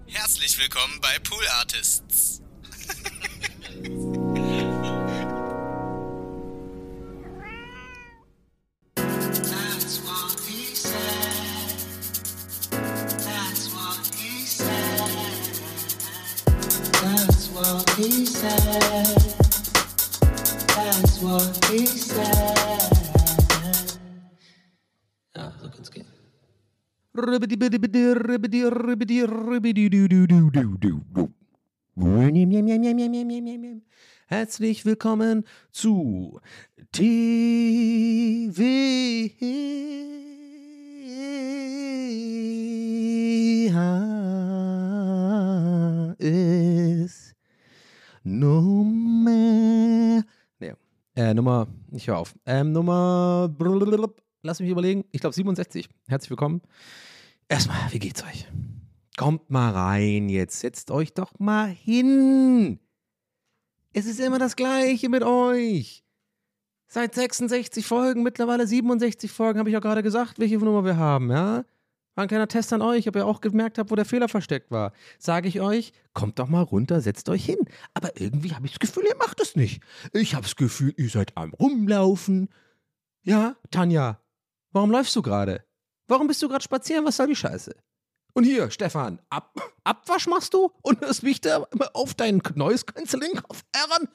Herzlich willkommen bei Pool Artists. That's what he said. That's what he said. That's what he said. That's what he said. Ja, so kann's gehen. Herzlich willkommen zu TVHS Nummer. Nummer, ich höre auf. Lass mich überlegen. Ich glaube 67. Herzlich willkommen. Erstmal, wie geht's euch? Kommt mal rein jetzt. Setzt euch doch mal hin. Es ist immer das Gleiche mit euch. Seit 66 Folgen, mittlerweile 67 Folgen, habe ich auch gerade gesagt, welche Nummer wir haben, ja? War ein kleiner Test an euch, ob ihr auch gemerkt habt, wo der Fehler versteckt war. Sage ich euch, kommt doch mal runter, setzt euch hin. Aber irgendwie habe ich das Gefühl, ihr macht es nicht. Ich habe das Gefühl, ihr seid am Rumlaufen. Ja, Tanja, warum läufst du gerade? Warum bist du gerade spazieren? Was soll die Scheiße? Und hier, Stefan, Abwasch machst du und hörst mich da auf deinen Noise Cancelling auf Aaron?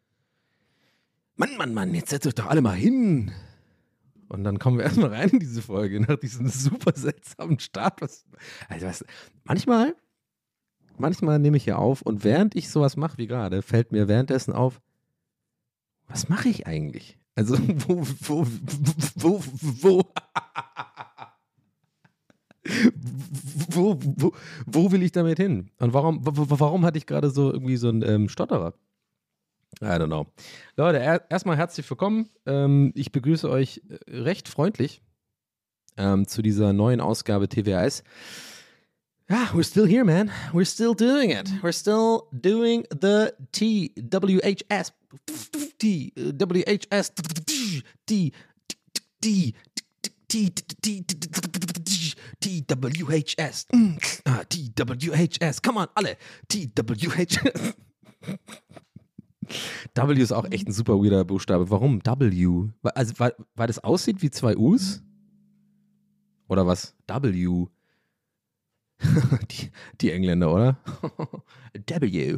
Mann, jetzt setzt euch doch alle mal hin. Und dann kommen wir erstmal rein in diese Folge, nach diesem super seltsamen Start. Manchmal nehme ich hier auf und während ich sowas mache wie gerade, fällt mir währenddessen auf, was mache ich eigentlich? Also, wo will ich damit hin? Und warum hatte ich gerade so irgendwie so einen Stotterer? I don't know. Leute, erstmal herzlich willkommen. Ich begrüße euch recht freundlich zu dieser neuen Ausgabe TVHS. Ja, we're still here, man. We're still doing it. We're still doing the TWHS. TWHS. TWHS. TWHS. Come on, alle. TWHS. W ist auch echt ein super weirder Buchstabe. Warum W? Also, weil das aussieht wie zwei U's? Oder was? W. die Engländer, oder? W.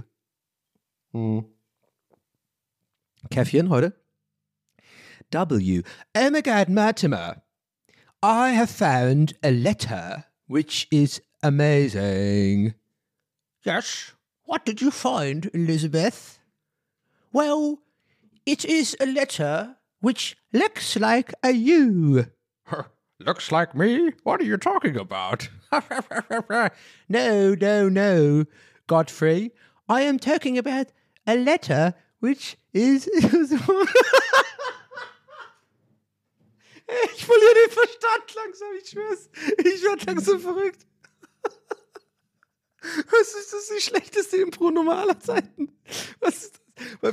Käffchen heute? W. Oh my God, Mortimer. I have found a letter which is amazing. Yes? What did you find, Elizabeth? Well, it is a letter which looks like a U. Looks like me? What are you talking about? No, Godfrey. I am talking about a letter which is... Ich verliere den Verstand langsam, ich schwör's. Ich werde langsam verrückt. Was ist das die schlechteste Impro-Nummer aller Zeiten? Was ist das?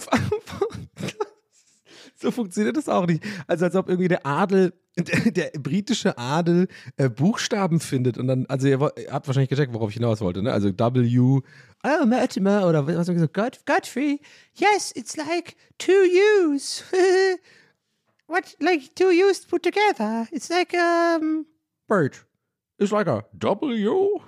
So funktioniert das auch nicht. Also als ob irgendwie der Adel, der britische Adel Buchstaben findet und dann, also ihr habt wahrscheinlich gecheckt, worauf ich hinaus wollte, ne? Also W, oh, Mortimer oder was haben wir gesagt? Godfrey, yes, it's like two U's. What, like two U's put together? It's like, bird. It's like a W.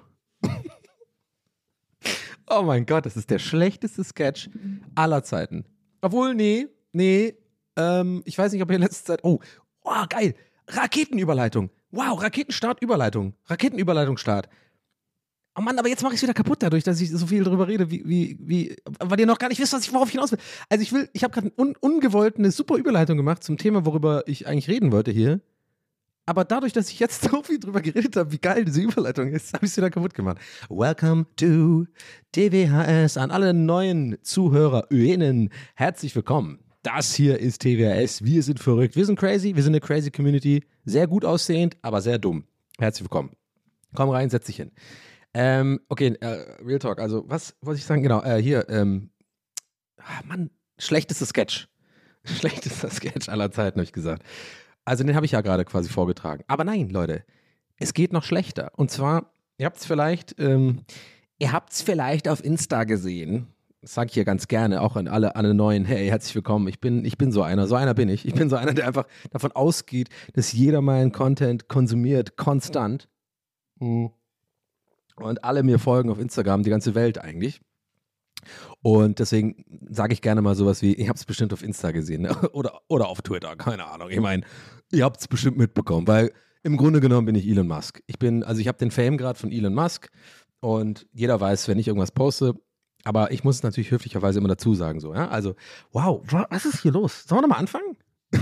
Oh mein Gott, das ist der schlechteste Sketch aller Zeiten. Obwohl, nee, ich weiß nicht, ob ihr in letzter Zeit, oh, geil, Raketenüberleitung. Wow, Raketenüberleitungsstart. Oh Mann, aber jetzt mache ich es wieder kaputt dadurch, dass ich so viel drüber rede, weil ihr noch gar nicht wisst, worauf ich hinaus will. Also ich habe gerade ungewollt eine super Überleitung gemacht zum Thema, worüber ich eigentlich reden wollte hier. Aber dadurch, dass ich jetzt so viel drüber geredet habe, wie geil diese Überleitung ist, habe ich es wieder kaputt gemacht. Welcome to TWHS. An alle neuen ZuhörerInnen. Herzlich willkommen. Das hier ist TWHS. Wir sind verrückt. Wir sind crazy. Wir sind eine crazy Community. Sehr gut aussehend, aber sehr dumm. Herzlich willkommen. Komm rein, setz dich hin. Okay, Real Talk. Also, was wollte ich sagen? Genau, hier, Mann, schlechtester Sketch. Schlechtester Sketch aller Zeiten, habe ich gesagt. Also den habe ich ja gerade quasi vorgetragen. Aber nein, Leute, es geht noch schlechter. Und zwar, ihr habt es vielleicht Ihr habt es vielleicht auf Insta gesehen. Das sage ich hier ganz gerne, auch an alle Neuen. Hey, herzlich willkommen. Ich bin so einer bin ich. Ich bin so einer, der einfach davon ausgeht, dass jeder meinen Content konsumiert, konstant. Und alle mir folgen auf Instagram, die ganze Welt eigentlich. Und deswegen sage ich gerne mal sowas wie, ich habe es bestimmt auf Insta gesehen, ne? oder auf Twitter, keine Ahnung. Ich meine, ihr habt es bestimmt mitbekommen, weil im Grunde genommen bin ich Elon Musk. Ich habe den Fame gerade von Elon Musk und jeder weiß, wenn ich irgendwas poste, aber ich muss es natürlich höflicherweise immer dazu sagen, so, ja. Also, wow, was ist hier los? Sollen wir nochmal anfangen?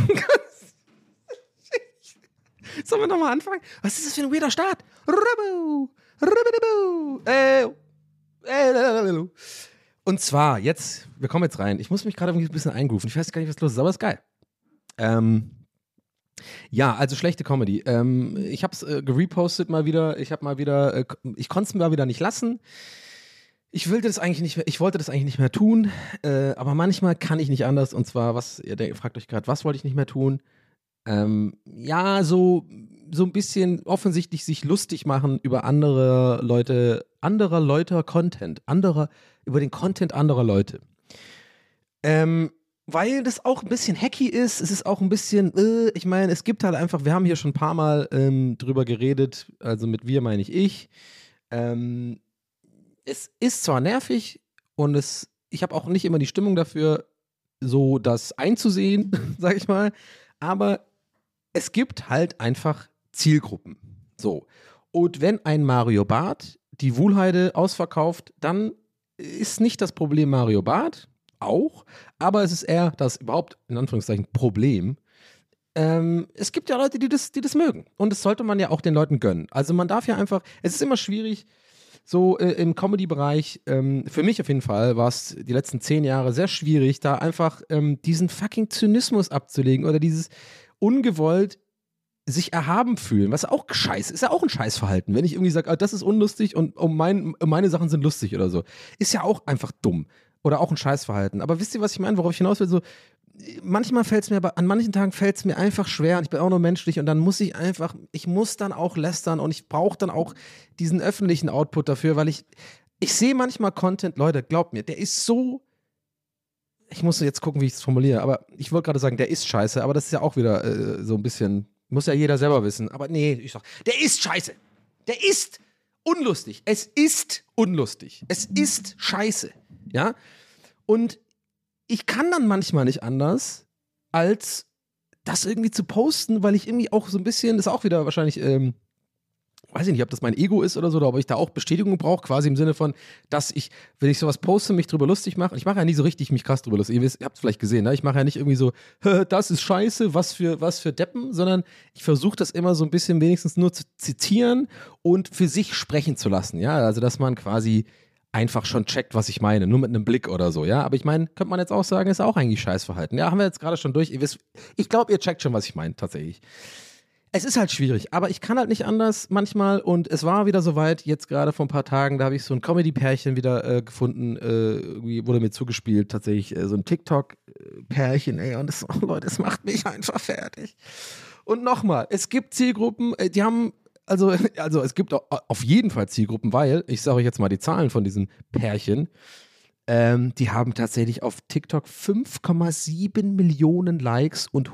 Sollen wir nochmal anfangen? Was ist das für ein weirder Start? Und zwar, wir kommen jetzt rein. Ich muss mich gerade ein bisschen eingrooven. Ich weiß gar nicht, was los ist, aber ist geil. Ja, also schlechte Comedy. Ich habe es gerepostet mal wieder. Ich konnte es mal wieder nicht lassen. Ich wollte das eigentlich nicht mehr tun, aber manchmal kann ich nicht anders. Und zwar, ihr fragt euch gerade, was wollte ich nicht mehr tun? Ja, so ein bisschen offensichtlich sich lustig machen über anderer Leute Content, über den Content anderer Leute. Weil das auch ein bisschen hacky ist, es ist auch ein bisschen, ich meine, es gibt halt einfach, wir haben hier schon ein paar Mal drüber geredet, also mit wir meine ich. Es ist zwar nervig und ich habe auch nicht immer die Stimmung dafür, so das einzusehen, sag ich mal, aber es gibt halt einfach Zielgruppen. So. Und wenn ein Mario Barth die Wuhlheide ausverkauft, dann ist nicht das Problem Mario Barth, auch, aber es ist eher das überhaupt, in Anführungszeichen, Problem. Es gibt ja Leute, die das mögen. Und das sollte man ja auch den Leuten gönnen. Also man darf ja einfach, es ist immer schwierig, so im Comedy-Bereich, für mich auf jeden Fall, war es die letzten 10 Jahre sehr schwierig, da einfach diesen fucking Zynismus abzulegen oder dieses ungewollt sich erhaben fühlen, was auch scheiße ist, ja auch ein Scheißverhalten. Wenn ich irgendwie sage, das ist unlustig und meine Sachen sind lustig oder so, ist ja auch einfach dumm oder auch ein Scheißverhalten. Aber wisst ihr, was ich meine, worauf ich hinaus will? So, manchmal fällt es mir, an manchen Tagen fällt es mir einfach schwer und ich bin auch nur menschlich und dann muss ich muss dann auch lästern und ich brauche dann auch diesen öffentlichen Output dafür, weil ich sehe manchmal Content, Leute, glaubt mir, der ist so, ich muss jetzt gucken, wie ich es formuliere, aber ich wollte gerade sagen, der ist scheiße, aber das ist ja auch wieder so ein bisschen, muss ja jeder selber wissen, aber nee, ich sag, der ist scheiße, der ist unlustig, es ist unlustig, es ist scheiße, ja, und ich kann dann manchmal nicht anders, als das irgendwie zu posten, weil ich irgendwie auch so ein bisschen, das ist auch wieder wahrscheinlich, weiß ich nicht, ob das mein Ego ist oder so, oder ob ich da auch Bestätigung brauche, quasi im Sinne von, dass ich, wenn ich sowas poste, mich drüber lustig mache. Ich mache ja nie so richtig mich krass drüber lustig. Ihr habt es vielleicht gesehen, ne? Ich mache ja nicht irgendwie so, das ist scheiße, was für Deppen, sondern ich versuche das immer so ein bisschen wenigstens nur zu zitieren und für sich sprechen zu lassen, ja, also dass man quasi einfach schon checkt, was ich meine, nur mit einem Blick oder so, ja, aber ich meine, könnte man jetzt auch sagen, ist auch eigentlich Scheißverhalten. Ja, haben wir jetzt gerade schon durch. Ich glaube, ihr checkt schon, was ich meine, tatsächlich. Es ist halt schwierig, aber ich kann halt nicht anders manchmal und es war wieder soweit, jetzt gerade vor ein paar Tagen, da habe ich so ein Comedy-Pärchen wieder gefunden, irgendwie wurde mir zugespielt, tatsächlich so ein TikTok-Pärchen, ey, und das, oh Leute, das macht mich einfach fertig. Und nochmal, es gibt Zielgruppen, die haben, also es gibt auf jeden Fall Zielgruppen, weil, ich sage euch jetzt mal die Zahlen von diesem Pärchen, die haben tatsächlich auf TikTok 5,7 Millionen Likes und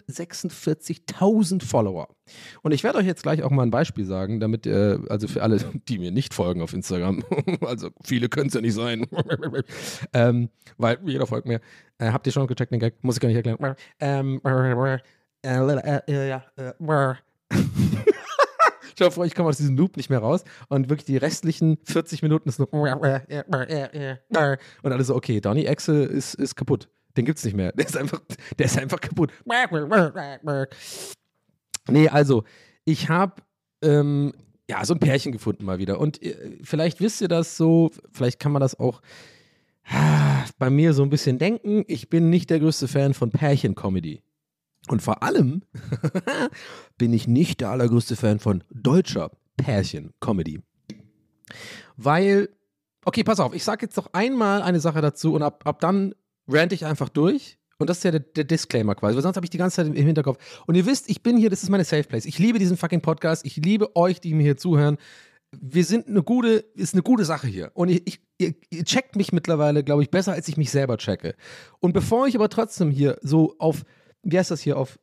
146.000 Follower. Und ich werde euch jetzt gleich auch mal ein Beispiel sagen, damit, also für alle, die mir nicht folgen auf Instagram, also viele können es ja nicht sein, weil jeder folgt mir. Habt ihr schon gecheckt den Gag? Muss ich gar nicht erklären. Stell dir vor, ich komme aus diesem Loop nicht mehr raus und wirklich die restlichen 40 Minuten ist nur und alle so, okay, Donny Echse ist kaputt. Den gibt's nicht mehr. Der ist einfach kaputt. Nee, also, ich habe so ein Pärchen gefunden mal wieder und vielleicht wisst ihr das so, vielleicht kann man das auch bei mir so ein bisschen denken. Ich bin nicht der größte Fan von Pärchen-Comedy. Und vor allem bin ich nicht der allergrößte Fan von deutscher Pärchen-Comedy. Weil, okay, pass auf, ich sage jetzt noch einmal eine Sache dazu und ab dann rante ich einfach durch. Und das ist ja der Disclaimer quasi, weil sonst habe ich die ganze Zeit im Hinterkopf. Und ihr wisst, ich bin hier, das ist meine Safe Place. Ich liebe diesen fucking Podcast. Ich liebe euch, die mir hier zuhören. wir sind ist eine gute Sache hier. Und ihr checkt mich mittlerweile, glaube ich, besser, als ich mich selber checke. Und bevor ich aber trotzdem hier so wie heißt das hier, auf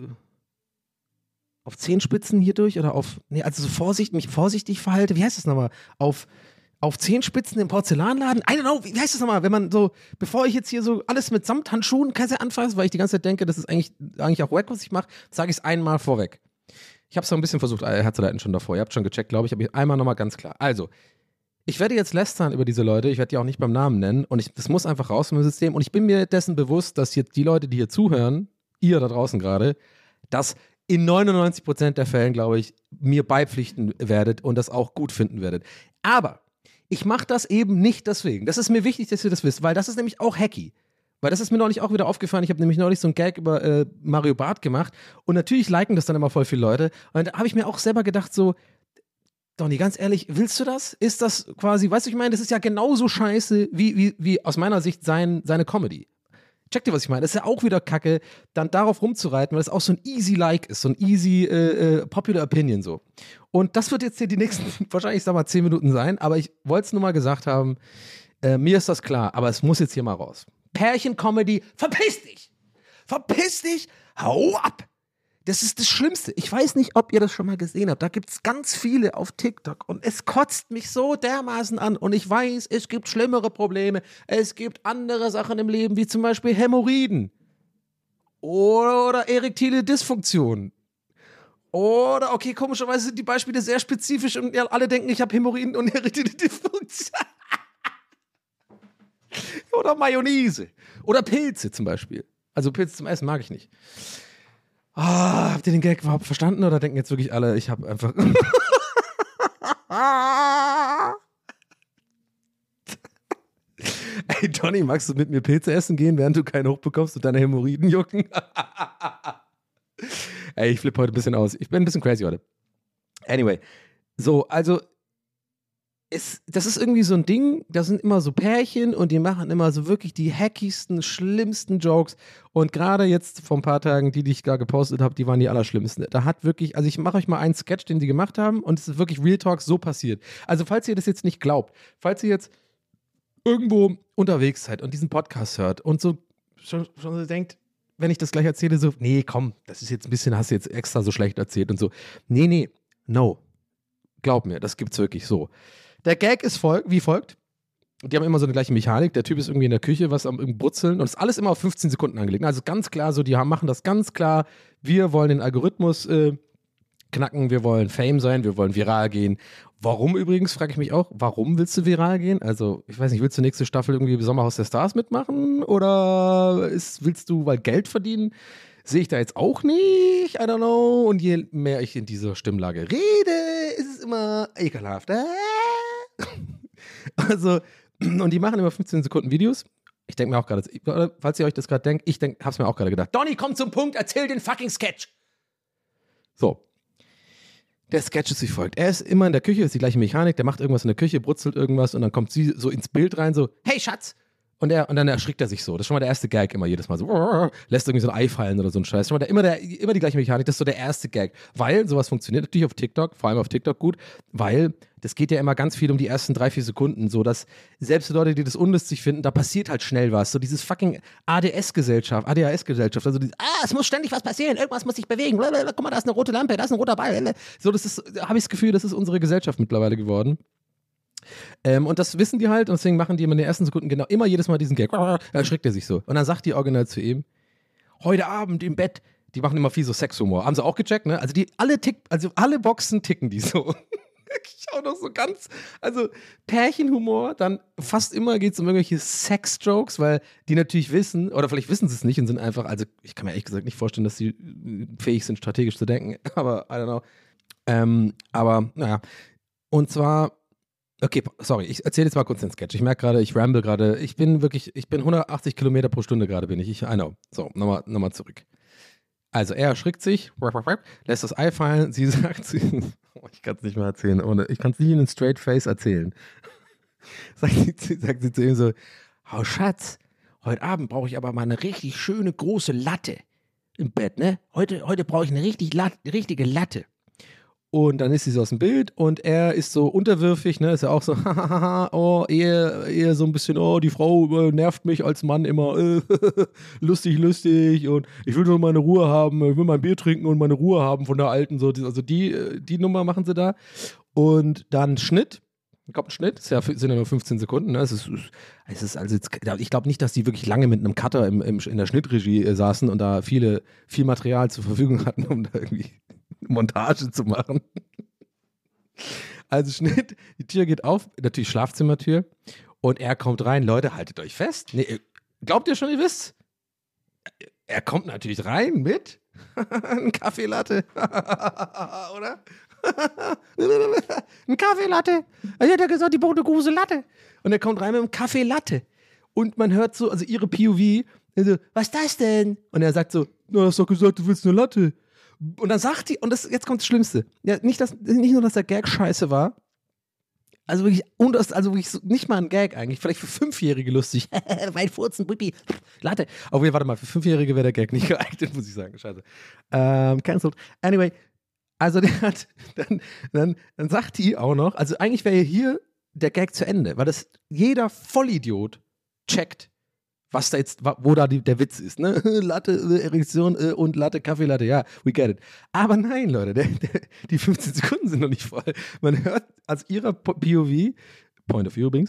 Zehenspitzen hier durch oder also so mich vorsichtig verhalte, wie heißt das nochmal? Auf Zehenspitzen im Porzellanladen? I don't know, wie heißt das nochmal? Wenn man so, bevor ich jetzt hier so alles mit Samthandschuhen anfasse, weil ich die ganze Zeit denke, das ist eigentlich auch wack, was ich mache, sage ich es einmal vorweg. Ich habe es noch ein bisschen versucht, herzuleiten schon davor. Ihr habt schon gecheckt, glaube ich, aber einmal nochmal ganz klar. Also, ich werde jetzt lästern über diese Leute, ich werde die auch nicht beim Namen nennen und das muss einfach raus vom System und ich bin mir dessen bewusst, dass jetzt die Leute, die hier zuhören, ihr da draußen gerade, das in 99% der Fällen, glaube ich, mir beipflichten werdet und das auch gut finden werdet. Aber ich mache das eben nicht deswegen. Das ist mir wichtig, dass ihr das wisst, weil das ist nämlich auch hacky. Weil das ist mir neulich auch wieder aufgefallen. Ich habe nämlich neulich so einen Gag über Mario Barth gemacht und natürlich liken das dann immer voll viele Leute. Und da habe ich mir auch selber gedacht so, Donny, ganz ehrlich, willst du das? Ist das quasi, weißt du, ich meine, das ist ja genauso scheiße wie aus meiner Sicht seine Comedy. Checkt ihr, was ich meine? Das ist ja auch wieder Kacke, dann darauf rumzureiten, weil es auch so ein easy Like ist, so ein easy Popular Opinion so. Und das wird jetzt hier die nächsten, wahrscheinlich, 10 Minuten sein, aber ich wollte es nur mal gesagt haben, mir ist das klar, aber es muss jetzt hier mal raus. Pärchen-Comedy, verpiss dich! Verpiss dich! Hau ab! Das ist das Schlimmste. Ich weiß nicht, ob ihr das schon mal gesehen habt. Da gibt es ganz viele auf TikTok und es kotzt mich so dermaßen an. Und ich weiß, es gibt schlimmere Probleme. Es gibt andere Sachen im Leben, wie zum Beispiel Hämorrhoiden. Oder erektile Dysfunktion. Oder, okay, komischerweise sind die Beispiele sehr spezifisch und ja, alle denken, ich habe Hämorrhoiden und erektile Dysfunktion. Oder Mayonnaise. Oder Pilze zum Beispiel. Also Pilze zum Essen mag ich nicht. Habt ihr den Gag überhaupt verstanden oder denken jetzt wirklich alle, ich habe einfach... Ey, Johnny, magst du mit mir Pilze essen gehen, während du keinen hochbekommst und deine Hämorrhoiden jucken? Ey, ich flippe heute ein bisschen aus. Ich bin ein bisschen crazy heute. Anyway, so, also... Das ist irgendwie so ein Ding, da sind immer so Pärchen und die machen immer so wirklich die hackigsten, schlimmsten Jokes und gerade jetzt vor ein paar Tagen, die ich da gepostet habe, die waren die allerschlimmsten. Da hat wirklich, also ich mache euch mal einen Sketch, den die gemacht haben und es ist wirklich Real Talk so passiert. Also falls ihr das jetzt nicht glaubt, falls ihr jetzt irgendwo unterwegs seid und diesen Podcast hört und so schon so denkt, wenn ich das gleich erzähle, so, nee, komm, das ist jetzt ein bisschen, hast du jetzt extra so schlecht erzählt und so. Nee, no. Glaub mir, das gibt's wirklich so. Der Gag ist wie folgt. Die haben immer so eine gleiche Mechanik. Der Typ ist irgendwie in der Küche, was am Brutzeln und ist alles immer auf 15 Sekunden angelegt. Also ganz klar, so machen das ganz klar. Wir wollen den Algorithmus knacken, wir wollen Fame sein, wir wollen viral gehen. Warum übrigens, frage ich mich auch, warum willst du viral gehen? Also, ich weiß nicht, willst du nächste Staffel irgendwie Sommerhaus der Stars mitmachen? Oder willst du, weil Geld verdienen? Sehe ich da jetzt auch nicht, I don't know. Und je mehr ich in dieser Stimmlage rede, ist es immer ekelhaft. Also, und die machen immer 15 Sekunden Videos. Ich denke mir auch gerade, falls ihr euch das gerade denkt, hab's mir auch gerade gedacht. Donny, komm zum Punkt, erzähl den fucking Sketch. So. Der Sketch ist wie folgt. Er ist immer in der Küche, ist die gleiche Mechanik, der macht irgendwas in der Küche, brutzelt irgendwas und dann kommt sie so ins Bild rein, so, hey Schatz! Und dann erschrickt er sich so. Das ist schon mal der erste Gag immer jedes Mal so. Lässt irgendwie so ein Ei fallen oder so ein Scheiß. Immer die gleiche Mechanik. Das ist so der erste Gag. Weil sowas funktioniert natürlich auf TikTok, vor allem auf TikTok gut, weil das geht ja immer ganz viel um die ersten 3-4 Sekunden. So, dass selbst die Leute, die das unlustig finden, da passiert halt schnell was. So dieses fucking ADHS-Gesellschaft. Also es muss ständig was passieren. Irgendwas muss sich bewegen. Guck mal, da ist eine rote Lampe, da ist ein roter Ball. So, habe ich das Gefühl, das ist unsere Gesellschaft mittlerweile geworden. Und das wissen die halt und deswegen machen die immer in den ersten Sekunden genau immer jedes Mal diesen Gag. Da erschrickt er sich so. Und dann sagt die original zu ihm, heute Abend im Bett, die machen immer viel so Sexhumor. Haben sie auch gecheckt, ne? Also alle Boxen ticken die so. Ich auch noch so ganz, also Pärchenhumor, dann fast immer geht es um irgendwelche Sex-Jokes, weil die natürlich wissen, oder vielleicht wissen sie es nicht und sind einfach, also ich kann mir ehrlich gesagt nicht vorstellen, dass sie fähig sind, strategisch zu denken, aber I don't know. Aber naja, und zwar okay, sorry, ich erzähle jetzt mal kurz den Sketch. Ich merke gerade, ich ramble gerade. Ich bin 180 Kilometer pro Stunde gerade bin ich. I know. So, nochmal zurück. Also, er erschrickt sich, lässt das Ei fallen. Sie sagt, ich kann es nicht mehr erzählen, ich kann es nicht in einen Straight Face erzählen. sagt sie zu ihm so, oh Schatz, heute Abend brauche ich aber mal eine richtig schöne große Latte im Bett, ne? Heute brauche ich eine richtige Latte. Und dann ist sie so aus dem Bild und er ist so unterwürfig, ne, ist ja auch so, oh, eher so ein bisschen, oh, die Frau nervt mich als Mann immer, lustig und ich will nur meine Ruhe haben, ich will mein Bier trinken und meine Ruhe haben von der Alten, so, also die Nummer machen sie da. Und dann Schnitt. Kommt ein Schnitt, sind ja nur 15 Sekunden. Ne? Es ist also jetzt, ich glaube nicht, dass die wirklich lange mit einem Cutter in der Schnittregie saßen und da viel Material zur Verfügung hatten, um da irgendwie Montage zu machen. Also Schnitt, die Tür geht auf, natürlich Schlafzimmertür und er kommt rein. Leute, haltet euch fest. Nee, glaubt ihr schon, ihr wisst? Er kommt natürlich rein mit einem Kaffeelatte, oder? Ein Kaffeelatte. Er hat ja gesagt, die braucht eine große Latte. Und er kommt rein mit einem Kaffeelatte. Und man hört so, also ihre POV, so, was ist das denn? Und er sagt so, du hast doch gesagt, du willst eine Latte. Und dann sagt die, und jetzt kommt das Schlimmste. Ja, nicht nur, dass der Gag scheiße war, also wirklich, so, nicht mal ein Gag eigentlich, vielleicht für 5-Jährige lustig. Weit furzen, Pipi, Latte. Okay, warte mal, für 5-Jährige wäre der Gag nicht geeignet, muss ich sagen. Scheiße. Cancelled. Anyway, also der hat, dann sagt die auch noch, also eigentlich wäre hier der Gag zu Ende, weil das jeder Vollidiot checkt, was da jetzt, wo da der Witz ist, ne? Latte, Erektion und Latte, Kaffeelatte, ja, we get it. Aber nein, Leute, die 15 Sekunden sind noch nicht voll. Man hört aus ihrer POV, Point of View übrigens,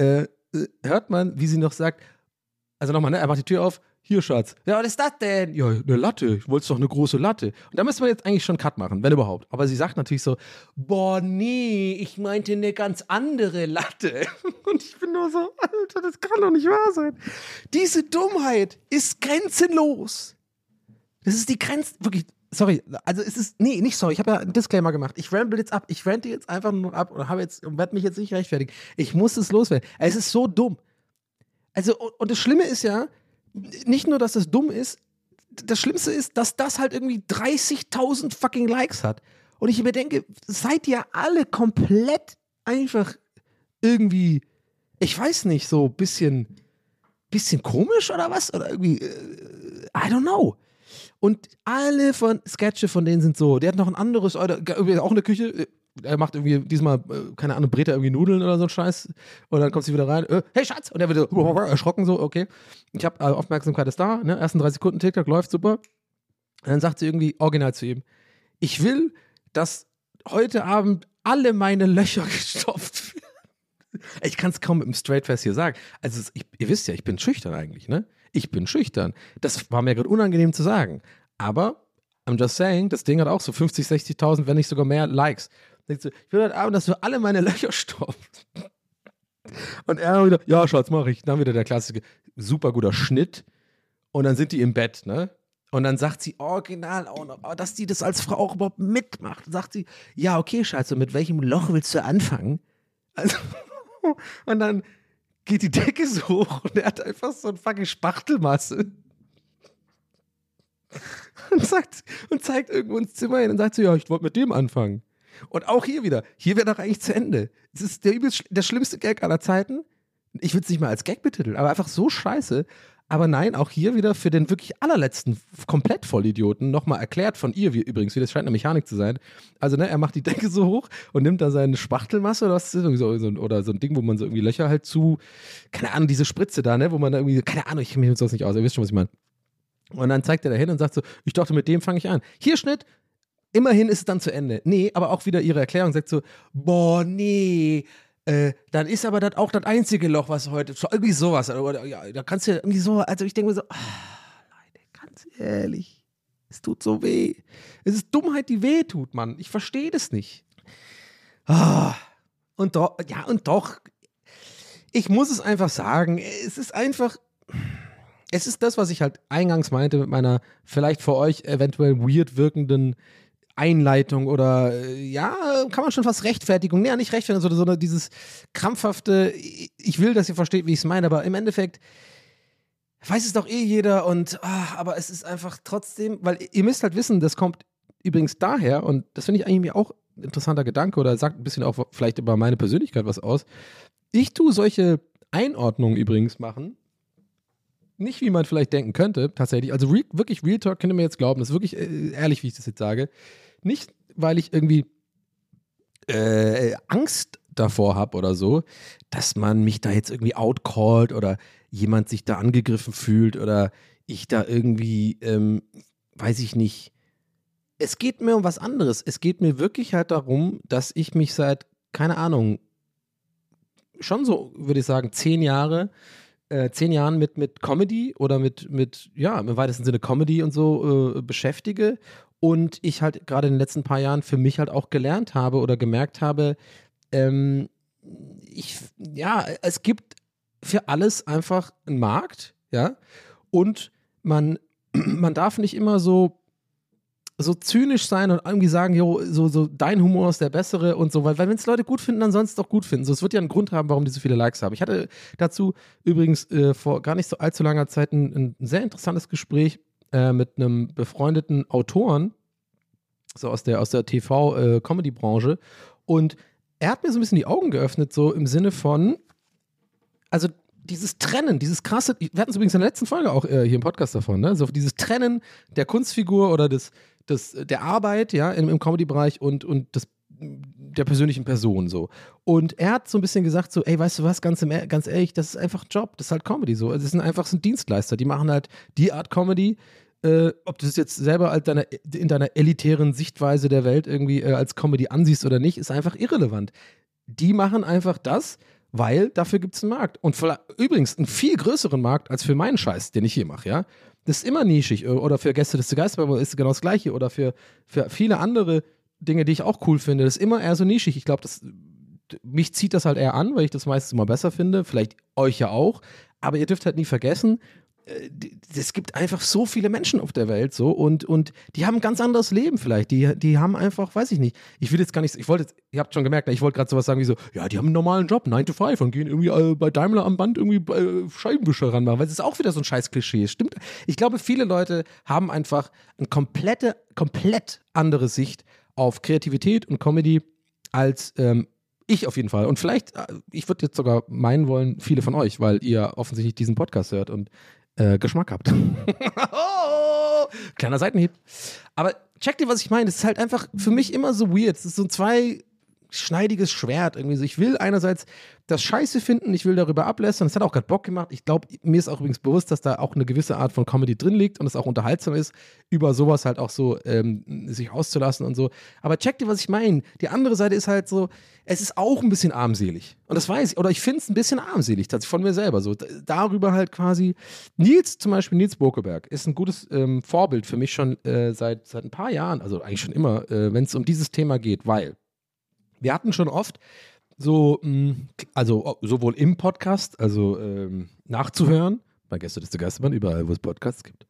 hört man, wie sie noch sagt, also nochmal, ne, er macht die Tür auf, hier, Schatz. Ja, was ist das denn? Ja, eine Latte. Ich wollte doch eine große Latte. Und da müssen wir jetzt eigentlich schon einen Cut machen, wenn überhaupt. Aber sie sagt natürlich so, boah, nee, ich meinte eine ganz andere Latte. Und ich bin nur so, Alter, das kann doch nicht wahr sein. Diese Dummheit ist grenzenlos. Das ist die Grenze, wirklich, sorry, also es ist, nee, nicht sorry, ich habe ja einen Disclaimer gemacht. Ich ramble jetzt ab, ich rante jetzt einfach nur ab und werde mich jetzt nicht rechtfertigen. Ich muss es loswerden. Es ist so dumm. Also, und das Schlimme ist ja, nicht nur, dass das dumm ist, das Schlimmste ist, dass das halt irgendwie 30.000 fucking Likes hat. Und ich mir denke, seid ihr alle komplett einfach irgendwie, ich weiß nicht, so ein bisschen komisch oder was? Oder irgendwie, I don't know. Und alle Sketche von denen sind so, der hat noch ein anderes, auch in der Küche, er macht irgendwie diesmal, keine Ahnung, brät er irgendwie Nudeln oder so ein Scheiß und dann kommt sie wieder rein, hey Schatz, und er wird so erschrocken so, okay, ich habe Aufmerksamkeit ist da, ne, ersten 3 Sekunden TikTok läuft super und dann sagt sie irgendwie original zu ihm, ich will, dass heute Abend alle meine Löcher gestopft werden. Ich kann es kaum mit dem Straight Face hier sagen, also ihr wisst ja, ich bin schüchtern eigentlich, ne, ich bin schüchtern, das war mir gerade unangenehm zu sagen, aber I'm just saying, das Ding hat auch so 50, 60.000, wenn nicht sogar mehr Likes. Ich will heute Abend, dass du alle meine Löcher stopfst. Und er wieder, ja, Schatz, mach ich. Dann wieder der klassische, super guter Schnitt. Und dann sind die im Bett, ne? Und dann sagt sie original auch noch, dass die das als Frau auch überhaupt mitmacht. Und sagt sie, ja, okay, Schatz, und mit welchem Loch willst du anfangen? Also, und dann geht die Decke so hoch und er hat einfach so eine fucking Spachtelmasse. Und zeigt irgendwo ins Zimmer hin und sagt so, ja, ich wollte mit dem anfangen. Und auch hier wäre doch eigentlich zu Ende. Das ist der schlimmste Gag aller Zeiten. Ich will es nicht mal als Gag betiteln, aber einfach so scheiße. Aber nein, auch hier wieder für den wirklich allerletzten Komplett-Vollidioten nochmal erklärt von ihr, übrigens, wie das scheint eine Mechanik zu sein. Also, ne, er macht die Decke so hoch und nimmt da seine Spachtelmasse oder was ist das? Oder so ein Ding, wo man so irgendwie Löcher halt keine Ahnung, diese Spritze da, ne, wo man da irgendwie, keine Ahnung, ich kenne mich mit sowas nicht aus, ihr wisst schon, was ich meine. Und dann zeigt er da hin und sagt so, ich dachte, mit dem fange ich an. Hier, Schnitt. Immerhin ist es dann zu Ende. Nee, aber auch wieder ihre Erklärung sagt so, boah, nee, dann ist aber das auch das einzige Loch, was heute, irgendwie sowas, oder, ja, da kannst du ja irgendwie so, also ich denke mir so, Leute, ganz ehrlich, es tut so weh. Es ist Dummheit, die weh tut, Mann. Ich verstehe das nicht. Und doch, ich muss es einfach sagen, es ist das, was ich halt eingangs meinte mit meiner vielleicht für euch eventuell weird wirkenden Einleitung oder ja, kann man schon fast Rechtfertigung, nee, nicht Rechtfertigung, sondern dieses krampfhafte, ich will, dass ihr versteht, wie ich es meine, aber im Endeffekt weiß es doch eh jeder und aber es ist einfach trotzdem, weil ihr müsst halt wissen, das kommt übrigens daher und das finde ich eigentlich auch ein interessanter Gedanke oder sagt ein bisschen auch vielleicht über meine Persönlichkeit was aus. Ich tue solche Einordnungen übrigens machen, nicht wie man vielleicht denken könnte, tatsächlich, also wirklich Real Talk könnt ihr mir jetzt glauben, das ist wirklich ehrlich, wie ich das jetzt sage, nicht, weil ich irgendwie Angst davor habe oder so, dass man mich da jetzt irgendwie outcallt oder jemand sich da angegriffen fühlt oder ich da irgendwie, weiß ich nicht. Es geht mir um was anderes. Es geht mir wirklich halt darum, dass ich mich seit, keine Ahnung, schon so, würde ich sagen, 10 Jahren mit Comedy oder ja, im weitesten Sinne Comedy und so beschäftige und ich halt gerade in den letzten paar Jahren für mich halt auch gelernt habe oder gemerkt habe, es gibt für alles einfach einen Markt, ja, und man darf nicht immer so zynisch sein und irgendwie sagen, jo, so dein Humor ist der bessere und so, weil wenn es Leute gut finden, dann sollen sie es doch gut finden. So, es wird ja einen Grund haben, warum die so viele Likes haben. Ich hatte dazu übrigens vor gar nicht so allzu langer Zeit ein sehr interessantes Gespräch mit einem befreundeten Autoren, so aus der TV-Comedy-Branche, und er hat mir so ein bisschen die Augen geöffnet, so im Sinne von, also dieses Trennen, dieses krasse, wir hatten es übrigens in der letzten Folge auch hier im Podcast davon, ne? So dieses Trennen der Kunstfigur oder der Arbeit, ja, im Comedy-Bereich und der persönlichen Person so. Und er hat so ein bisschen gesagt so, ey, weißt du was, ganz ehrlich, das ist einfach ein Job, das ist halt Comedy so. Das sind einfach Dienstleister, die machen halt die Art Comedy, ob du das jetzt selber halt in deiner elitären Sichtweise der Welt irgendwie als Comedy ansiehst oder nicht, ist einfach irrelevant. Die machen einfach das, weil dafür gibt es einen Markt. Und übrigens einen viel größeren Markt als für meinen Scheiß, den ich hier mache, ja. Das ist immer nischig. Oder für Gäste des Geisterbahn ist genau das Gleiche. Oder für viele andere Dinge, die ich auch cool finde. Das ist immer eher so nischig. Ich glaube, mich zieht das halt eher an, weil ich das meistens immer besser finde. Vielleicht euch ja auch. Aber ihr dürft halt nie vergessen, es gibt einfach so viele Menschen auf der Welt so und die haben ein ganz anderes Leben vielleicht. Die haben einfach, weiß ich nicht, ich will jetzt gar nicht, ihr habt schon gemerkt, ich wollte gerade sowas sagen wie so, ja, die haben einen normalen Job, 9 to 5 und gehen irgendwie bei Daimler am Band irgendwie Scheibenwischer ranmachen, weil es ist auch wieder so ein scheiß Klischee. Stimmt, ich glaube, viele Leute haben einfach eine komplett andere Sicht auf Kreativität und Comedy als ich auf jeden Fall. Und vielleicht, ich würde jetzt sogar meinen wollen, viele von euch, weil ihr offensichtlich diesen Podcast hört und Geschmack habt. Oh, kleiner Seitenhieb. Aber checkt ihr, was ich meine? Das ist halt einfach für mich immer so weird. Es ist so ein zweischneidiges Schwert irgendwie so. Ich will einerseits das Scheiße finden, ich will darüber ablästern. Das hat auch gerade Bock gemacht. Ich glaube, mir ist auch übrigens bewusst, dass da auch eine gewisse Art von Comedy drin liegt und es auch unterhaltsam ist, über sowas halt auch so sich auszulassen und so. Aber checkt ihr, was ich meine? Die andere Seite ist halt so, es ist auch ein bisschen armselig. Und das weiß ich. Oder ich finde es ein bisschen armselig, tatsächlich von mir selber. So, darüber halt quasi. Nils Bokeberg, ist ein gutes Vorbild für mich schon seit ein paar Jahren, also eigentlich schon immer, wenn es um dieses Thema geht, weil wir hatten schon oft so, also sowohl im Podcast, also nachzuhören, bei Gäste des Geisterbahn, überall, wo es Podcasts gibt,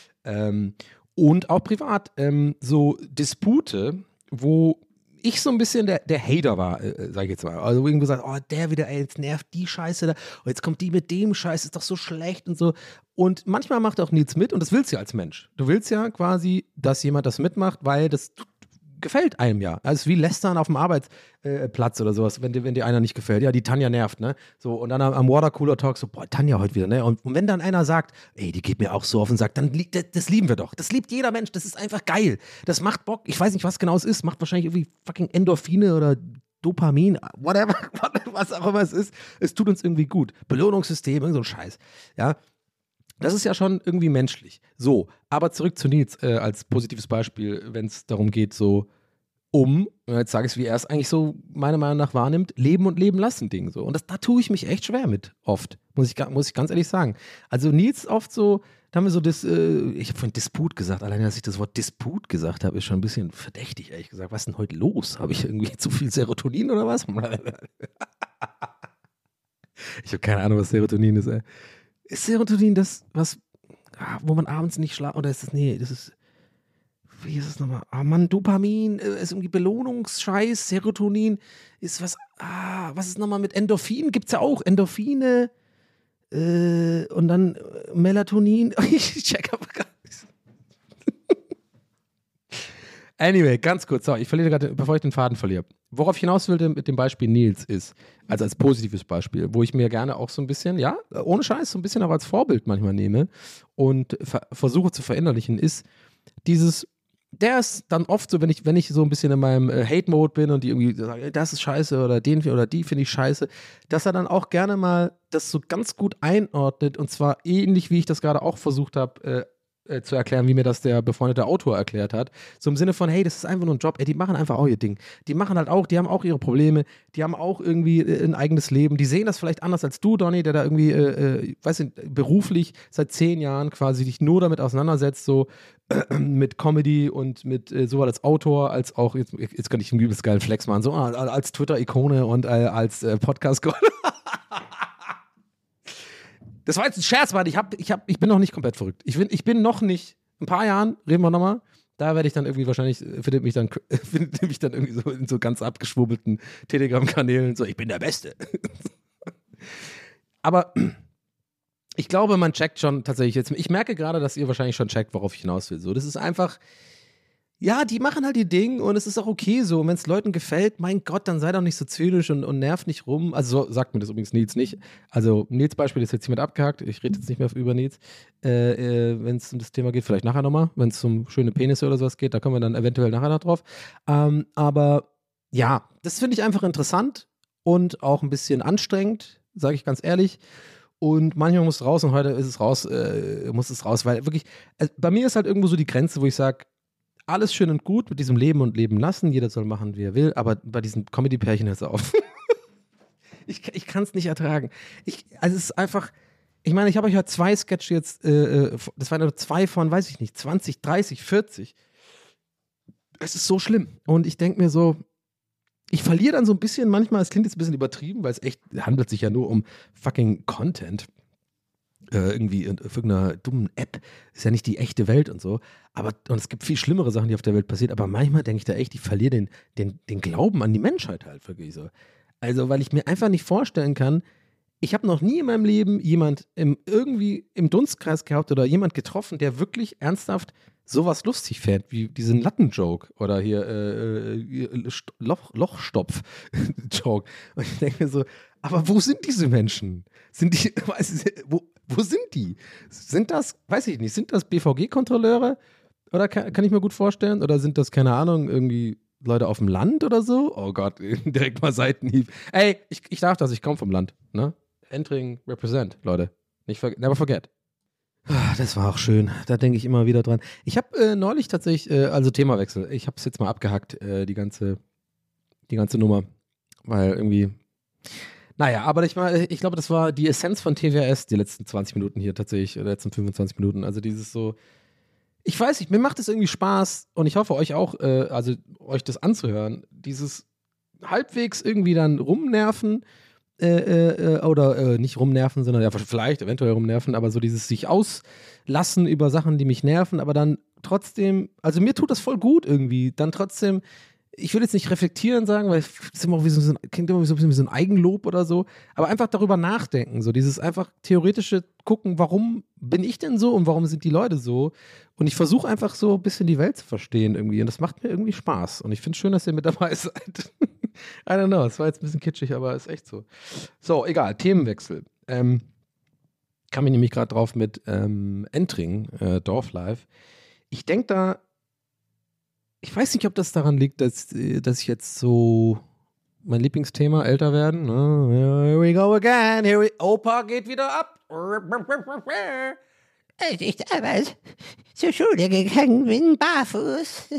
und auch privat, so Dispute, wo ich so ein bisschen der Hater war, sag ich jetzt mal. Also irgendwo sagt, oh, der wieder, ey, jetzt nervt die Scheiße da, und jetzt kommt die mit dem Scheiß, ist doch so schlecht und so. Und manchmal macht auch Nils mit und das willst du ja als Mensch. Du willst ja quasi, dass jemand das mitmacht, weil das gefällt einem ja. Also es ist wie Lästern auf dem Arbeitsplatz oder sowas, wenn dir einer nicht gefällt. Ja, die Tanja nervt, ne? So, und dann am Watercooler Talk so, boah, Tanja heute wieder, ne? Und wenn dann einer sagt, ey, die geht mir auch so auf den Sack, dann das lieben wir doch. Das liebt jeder Mensch, das ist einfach geil. Das macht Bock. Ich weiß nicht, was genau es ist. Macht wahrscheinlich irgendwie fucking Endorphine oder Dopamin, whatever, was auch immer es ist. Es tut uns irgendwie gut. Belohnungssystem, irgend so ein Scheiß. Ja. Das ist ja schon irgendwie menschlich. So, aber zurück zu Nils als positives Beispiel, wenn es darum geht, so jetzt sage ich es, wie er es eigentlich so meiner Meinung nach wahrnimmt, Leben und Leben lassen Ding so. Und da tue ich mich echt schwer mit, oft, muss ich ganz ehrlich sagen. Also Nils oft so, da haben wir so ich habe vorhin Disput gesagt, allein dass ich das Wort Disput gesagt habe, ist schon ein bisschen verdächtig, ehrlich gesagt. Was ist denn heute los? Habe ich irgendwie zu viel Serotonin oder was? Ich habe keine Ahnung, was Serotonin ist, ey. Ist Serotonin das, wo man abends nicht schlaft? Oder ist das, nee, das ist, wie ist das nochmal? Ah, Mann, Dopamin ist irgendwie Belohnungsscheiß. Serotonin ist was ist nochmal mit Endorphin? Gibt's ja auch Endorphine und dann Melatonin. Ich check aber gar nichts. Anyway, ganz kurz, sorry, ich verliere gerade, bevor ich den Faden verliere. Worauf ich hinaus will mit dem Beispiel Nils ist, also als positives Beispiel, wo ich mir gerne auch so ein bisschen, ja, ohne Scheiß, so ein bisschen auch als Vorbild manchmal nehme und versuche zu verinnerlichen, ist der ist dann oft so, wenn ich so ein bisschen in meinem Hate-Mode bin und die irgendwie sagen, ey, das ist scheiße oder den oder die finde ich scheiße, dass er dann auch gerne mal das so ganz gut einordnet und zwar ähnlich, wie ich das gerade auch versucht habe, zu erklären, wie mir das der befreundete Autor erklärt hat. So im Sinne von, hey, das ist einfach nur ein Job, ey, die machen einfach auch ihr Ding. Die machen halt auch, die haben auch ihre Probleme, die haben auch irgendwie ein eigenes Leben, die sehen das vielleicht anders als du, Donny, der da irgendwie, weiß nicht, beruflich seit 10 Jahren quasi dich nur damit auseinandersetzt, so mit Comedy und mit sowohl als Autor als auch, jetzt kann ich einen übelst geilen Flex machen, so als Twitter-Ikone und als Podcast-Gott. Das war jetzt ein Scherz, Mann. Ich bin noch nicht komplett verrückt. Ich bin noch nicht. In ein paar Jahren reden wir nochmal. Da werde ich dann irgendwie wahrscheinlich, findet mich dann irgendwie so in so ganz abgeschwurbelten Telegram-Kanälen so, ich bin der Beste. Aber ich glaube, man checkt schon tatsächlich jetzt. Ich merke gerade, dass ihr wahrscheinlich schon checkt, worauf ich hinaus will. So, das ist einfach, ja, die machen halt ihr Ding und es ist auch okay so. Und wenn es Leuten gefällt, mein Gott, dann sei doch nicht so zynisch und nerv nicht rum. Also so sagt mir das übrigens Nils nicht. Also Nils Beispiel ist jetzt hiermit abgehakt. Ich rede jetzt nicht mehr über Nils. Wenn es um das Thema geht, vielleicht nachher nochmal. Wenn es um schöne Penisse oder sowas geht, da kommen wir dann eventuell nachher noch drauf. Aber ja, das finde ich einfach interessant und auch ein bisschen anstrengend, sage ich ganz ehrlich. Und manchmal muss es raus und heute ist es raus, muss es raus, weil wirklich, bei mir ist halt irgendwo so die Grenze, wo ich sage, alles schön und gut mit diesem Leben und Leben lassen, jeder soll machen, wie er will, aber bei diesen Comedy-Pärchen hört es auf. Ich kann es nicht ertragen. Also es ist einfach, ich meine, ich habe euch ja 2 Sketche jetzt, das waren nur 2 von, weiß ich nicht, 20, 30, 40. Es ist so schlimm. Und ich denke mir so, ich verliere dann so ein bisschen manchmal, es klingt jetzt ein bisschen übertrieben, weil es echt handelt sich ja nur um fucking Content. Irgendwie auf irgendeiner dummen App, ist ja nicht die echte Welt und so, und es gibt viel schlimmere Sachen, die auf der Welt passieren, aber manchmal denke ich da echt, ich verliere den Glauben an die Menschheit halt wirklich so. Also, weil ich mir einfach nicht vorstellen kann, ich habe noch nie in meinem Leben jemand irgendwie im Dunstkreis gehabt oder jemand getroffen, der wirklich ernsthaft sowas lustig fährt, wie diesen Latten-Joke oder hier Lochstopf-Joke. Und ich denke mir so, aber wo sind diese Menschen? Sind die, wo sind die? Sind das, weiß ich nicht, sind das BVG-Kontrolleure? Oder kann ich mir gut vorstellen? Oder sind das, keine Ahnung, irgendwie Leute auf dem Land oder so? Oh Gott, direkt mal Seitenhieb. Ey, ich darf das, ich komme vom Land, ne? Entering, represent, Leute. Never forget. Das war auch schön. Da denke ich immer wieder dran. Ich habe neulich tatsächlich, also Themawechsel, ich habe es jetzt mal abgehackt, die ganze Nummer. Weil irgendwie, naja, aber ich glaube, das war die Essenz von TWS, die letzten 20 Minuten hier tatsächlich, die letzten 25 Minuten. Also dieses so, ich weiß nicht, mir macht es irgendwie Spaß und ich hoffe euch auch, also euch das anzuhören, dieses halbwegs irgendwie dann rumnerven, oder nicht rumnerven, sondern ja, vielleicht eventuell rumnerven, aber so dieses sich auslassen über Sachen, die mich nerven, aber dann trotzdem, also mir tut das voll gut irgendwie, dann trotzdem, ich will jetzt nicht reflektieren sagen, weil es ist immer klingt immer so ein bisschen wie so ein Eigenlob oder so, aber einfach darüber nachdenken, so dieses einfach theoretische gucken, warum bin ich denn so und warum sind die Leute so und ich versuche einfach so ein bisschen die Welt zu verstehen irgendwie und das macht mir irgendwie Spaß und ich finde es schön, dass ihr mit dabei seid. I don't know, es war jetzt ein bisschen kitschig, aber ist echt so. So, egal, Themenwechsel. Kam ich nämlich gerade drauf mit Entering, Dorflife. Ich denke da, ich weiß nicht, ob das daran liegt, dass ich jetzt so mein Lieblingsthema, älter werden, here we go again, Opa geht wieder ab. Als ich damals zur Schule gegangen bin, barfuß.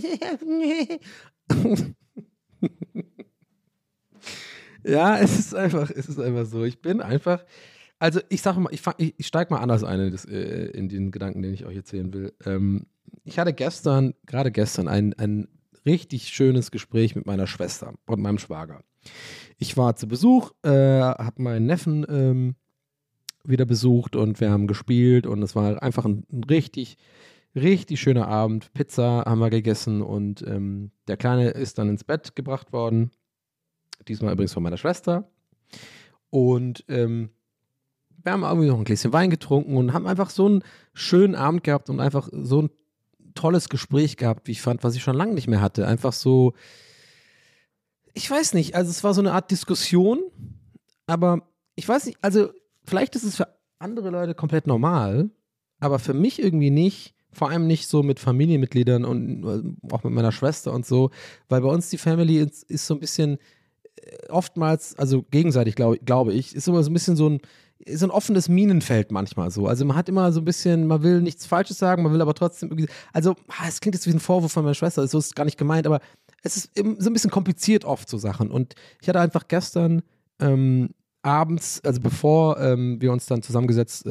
Ja, es ist einfach so. Ich bin einfach, also ich sage mal, ich steige mal anders ein in den Gedanken, den ich euch erzählen will. Ich hatte gerade gestern, ein richtig schönes Gespräch mit meiner Schwester und meinem Schwager. Ich war zu Besuch, habe meinen Neffen wieder besucht und wir haben gespielt und es war einfach ein richtig, richtig schöner Abend. Pizza haben wir gegessen und der Kleine ist dann ins Bett gebracht worden. Diesmal übrigens von meiner Schwester. Und wir haben irgendwie noch ein Gläschen Wein getrunken und haben einfach so einen schönen Abend gehabt und einfach so ein tolles Gespräch gehabt, wie ich fand, was ich schon lange nicht mehr hatte. Einfach so, ich weiß nicht, also es war so eine Art Diskussion, aber ich weiß nicht, also vielleicht ist es für andere Leute komplett normal, aber für mich irgendwie nicht, Vor allem nicht so mit Familienmitgliedern und auch mit meiner Schwester und so, weil bei uns die Family ist so ein bisschen oftmals, also gegenseitig glaube ich, ist immer so ein bisschen so ein offenes Minenfeld manchmal so. Also man hat immer so ein bisschen, man will nichts Falsches sagen, man will aber trotzdem irgendwie, also es klingt jetzt wie ein Vorwurf von meiner Schwester, so ist es gar nicht gemeint, aber es ist so ein bisschen kompliziert oft so Sachen. Und ich hatte einfach gestern abends, also bevor wir uns dann zusammengesetzt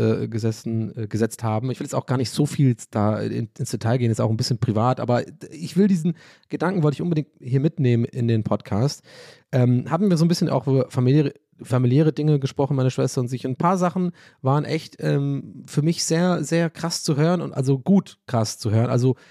haben, ich will jetzt auch gar nicht so viel da ins Detail gehen, ist auch ein bisschen privat, aber ich will diesen Gedanken, wollte ich unbedingt hier mitnehmen in den Podcast, haben wir so ein bisschen auch über familiäre Dinge gesprochen, meine Schwester und sich. Und ein paar Sachen waren echt für mich sehr, sehr krass zu hören und also gut krass zu hören. Also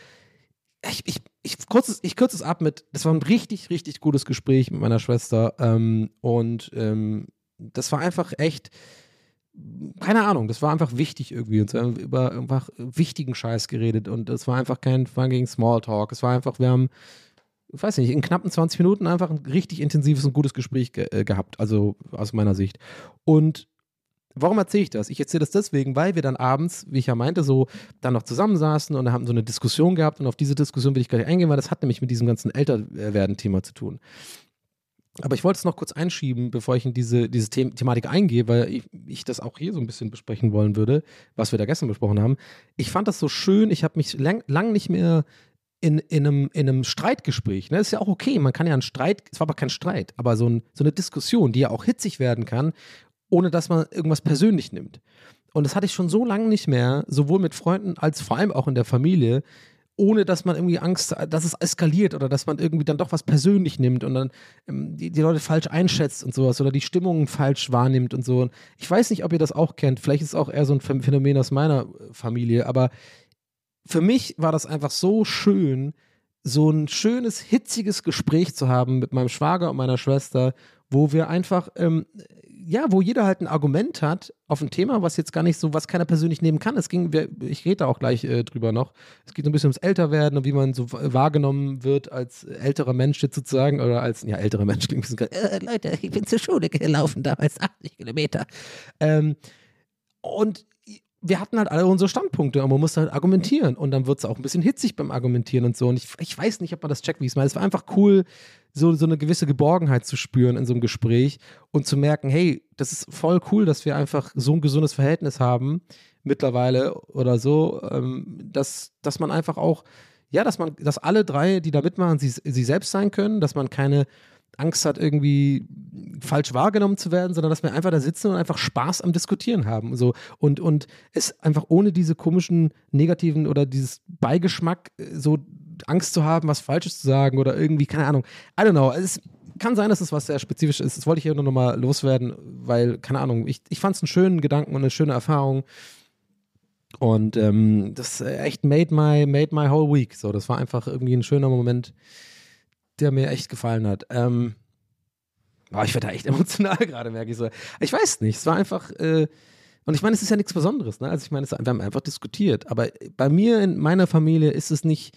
ich kürze es ab mit, das war ein richtig, richtig gutes Gespräch mit meiner Schwester und das war einfach echt, keine Ahnung, das war einfach wichtig irgendwie. Und wir haben über einfach wichtigen Scheiß geredet und es war einfach kein fucking Smalltalk. Es war einfach, wir haben, ich weiß nicht, in knappen 20 Minuten einfach ein richtig intensives und gutes Gespräch gehabt, also aus meiner Sicht. Und warum erzähle ich das? Ich erzähle das deswegen, weil wir dann abends, wie ich ja meinte, so dann noch zusammensaßen und haben so eine Diskussion gehabt und auf diese Diskussion will ich gar nicht eingehen, weil das hat nämlich mit diesem ganzen Älterwerden-Thema zu tun. Aber ich wollte es noch kurz einschieben, bevor ich in diese Thematik eingehe, weil ich das auch hier so ein bisschen besprechen wollen würde, was wir da gestern besprochen haben. Ich fand das so schön, ich habe mich lang nicht mehr in einem Streitgespräch, ne, ist ja auch okay, man kann ja einen Streit, es war aber kein Streit, aber so eine Diskussion, die ja auch hitzig werden kann, ohne dass man irgendwas persönlich nimmt. Und das hatte ich schon so lange nicht mehr, sowohl mit Freunden als vor allem auch in der Familie, ohne dass man irgendwie Angst, dass es eskaliert oder dass man irgendwie dann doch was persönlich nimmt und dann die Leute falsch einschätzt und sowas oder die Stimmung falsch wahrnimmt und so. Und ich weiß nicht, ob ihr das auch kennt, vielleicht ist es auch eher so ein Phänomen aus meiner Familie, aber für mich war das einfach so schön, so ein schönes, hitziges Gespräch zu haben mit meinem Schwager und meiner Schwester, wo wir einfach, wo jeder halt ein Argument hat auf ein Thema, was jetzt gar nicht so, was keiner persönlich nehmen kann. Ich rede da auch gleich drüber noch. Es geht so ein bisschen ums Älterwerden und wie man so wahrgenommen wird als älterer Mensch jetzt sozusagen oder als, ja, älterer Mensch klingt ein bisschen, Leute, ich bin zur Schule gelaufen, damals 80 Kilometer. Und wir hatten halt alle unsere Standpunkte und man musste halt argumentieren und dann wird es auch ein bisschen hitzig beim Argumentieren und so und ich weiß nicht, ob man das checkt, wie ich es meine. Es war einfach cool, so eine gewisse Geborgenheit zu spüren in so einem Gespräch und zu merken, hey, das ist voll cool, dass wir einfach so ein gesundes Verhältnis haben mittlerweile oder so, dass man einfach auch, ja, dass alle drei, die da mitmachen, sie selbst sein können, dass man keine Angst hat, irgendwie falsch wahrgenommen zu werden, sondern dass wir einfach da sitzen und einfach Spaß am Diskutieren haben. So. Und es einfach ohne diese komischen, negativen oder dieses Beigeschmack, so Angst zu haben, was Falsches zu sagen oder irgendwie, keine Ahnung. I don't know. Es kann sein, dass es was sehr Spezifisches ist. Das wollte ich hier nur noch mal loswerden, weil, keine Ahnung, ich fand es einen schönen Gedanken und eine schöne Erfahrung. Und das echt made my whole week. So, das war einfach irgendwie ein schöner Moment, der mir echt gefallen hat. Ich werde da echt emotional gerade, merke ich so. Ich weiß nicht, es war einfach, und ich meine, es ist ja nichts Besonderes, ne? Also ich meine, wir haben einfach diskutiert, aber bei mir in meiner Familie ist es nicht,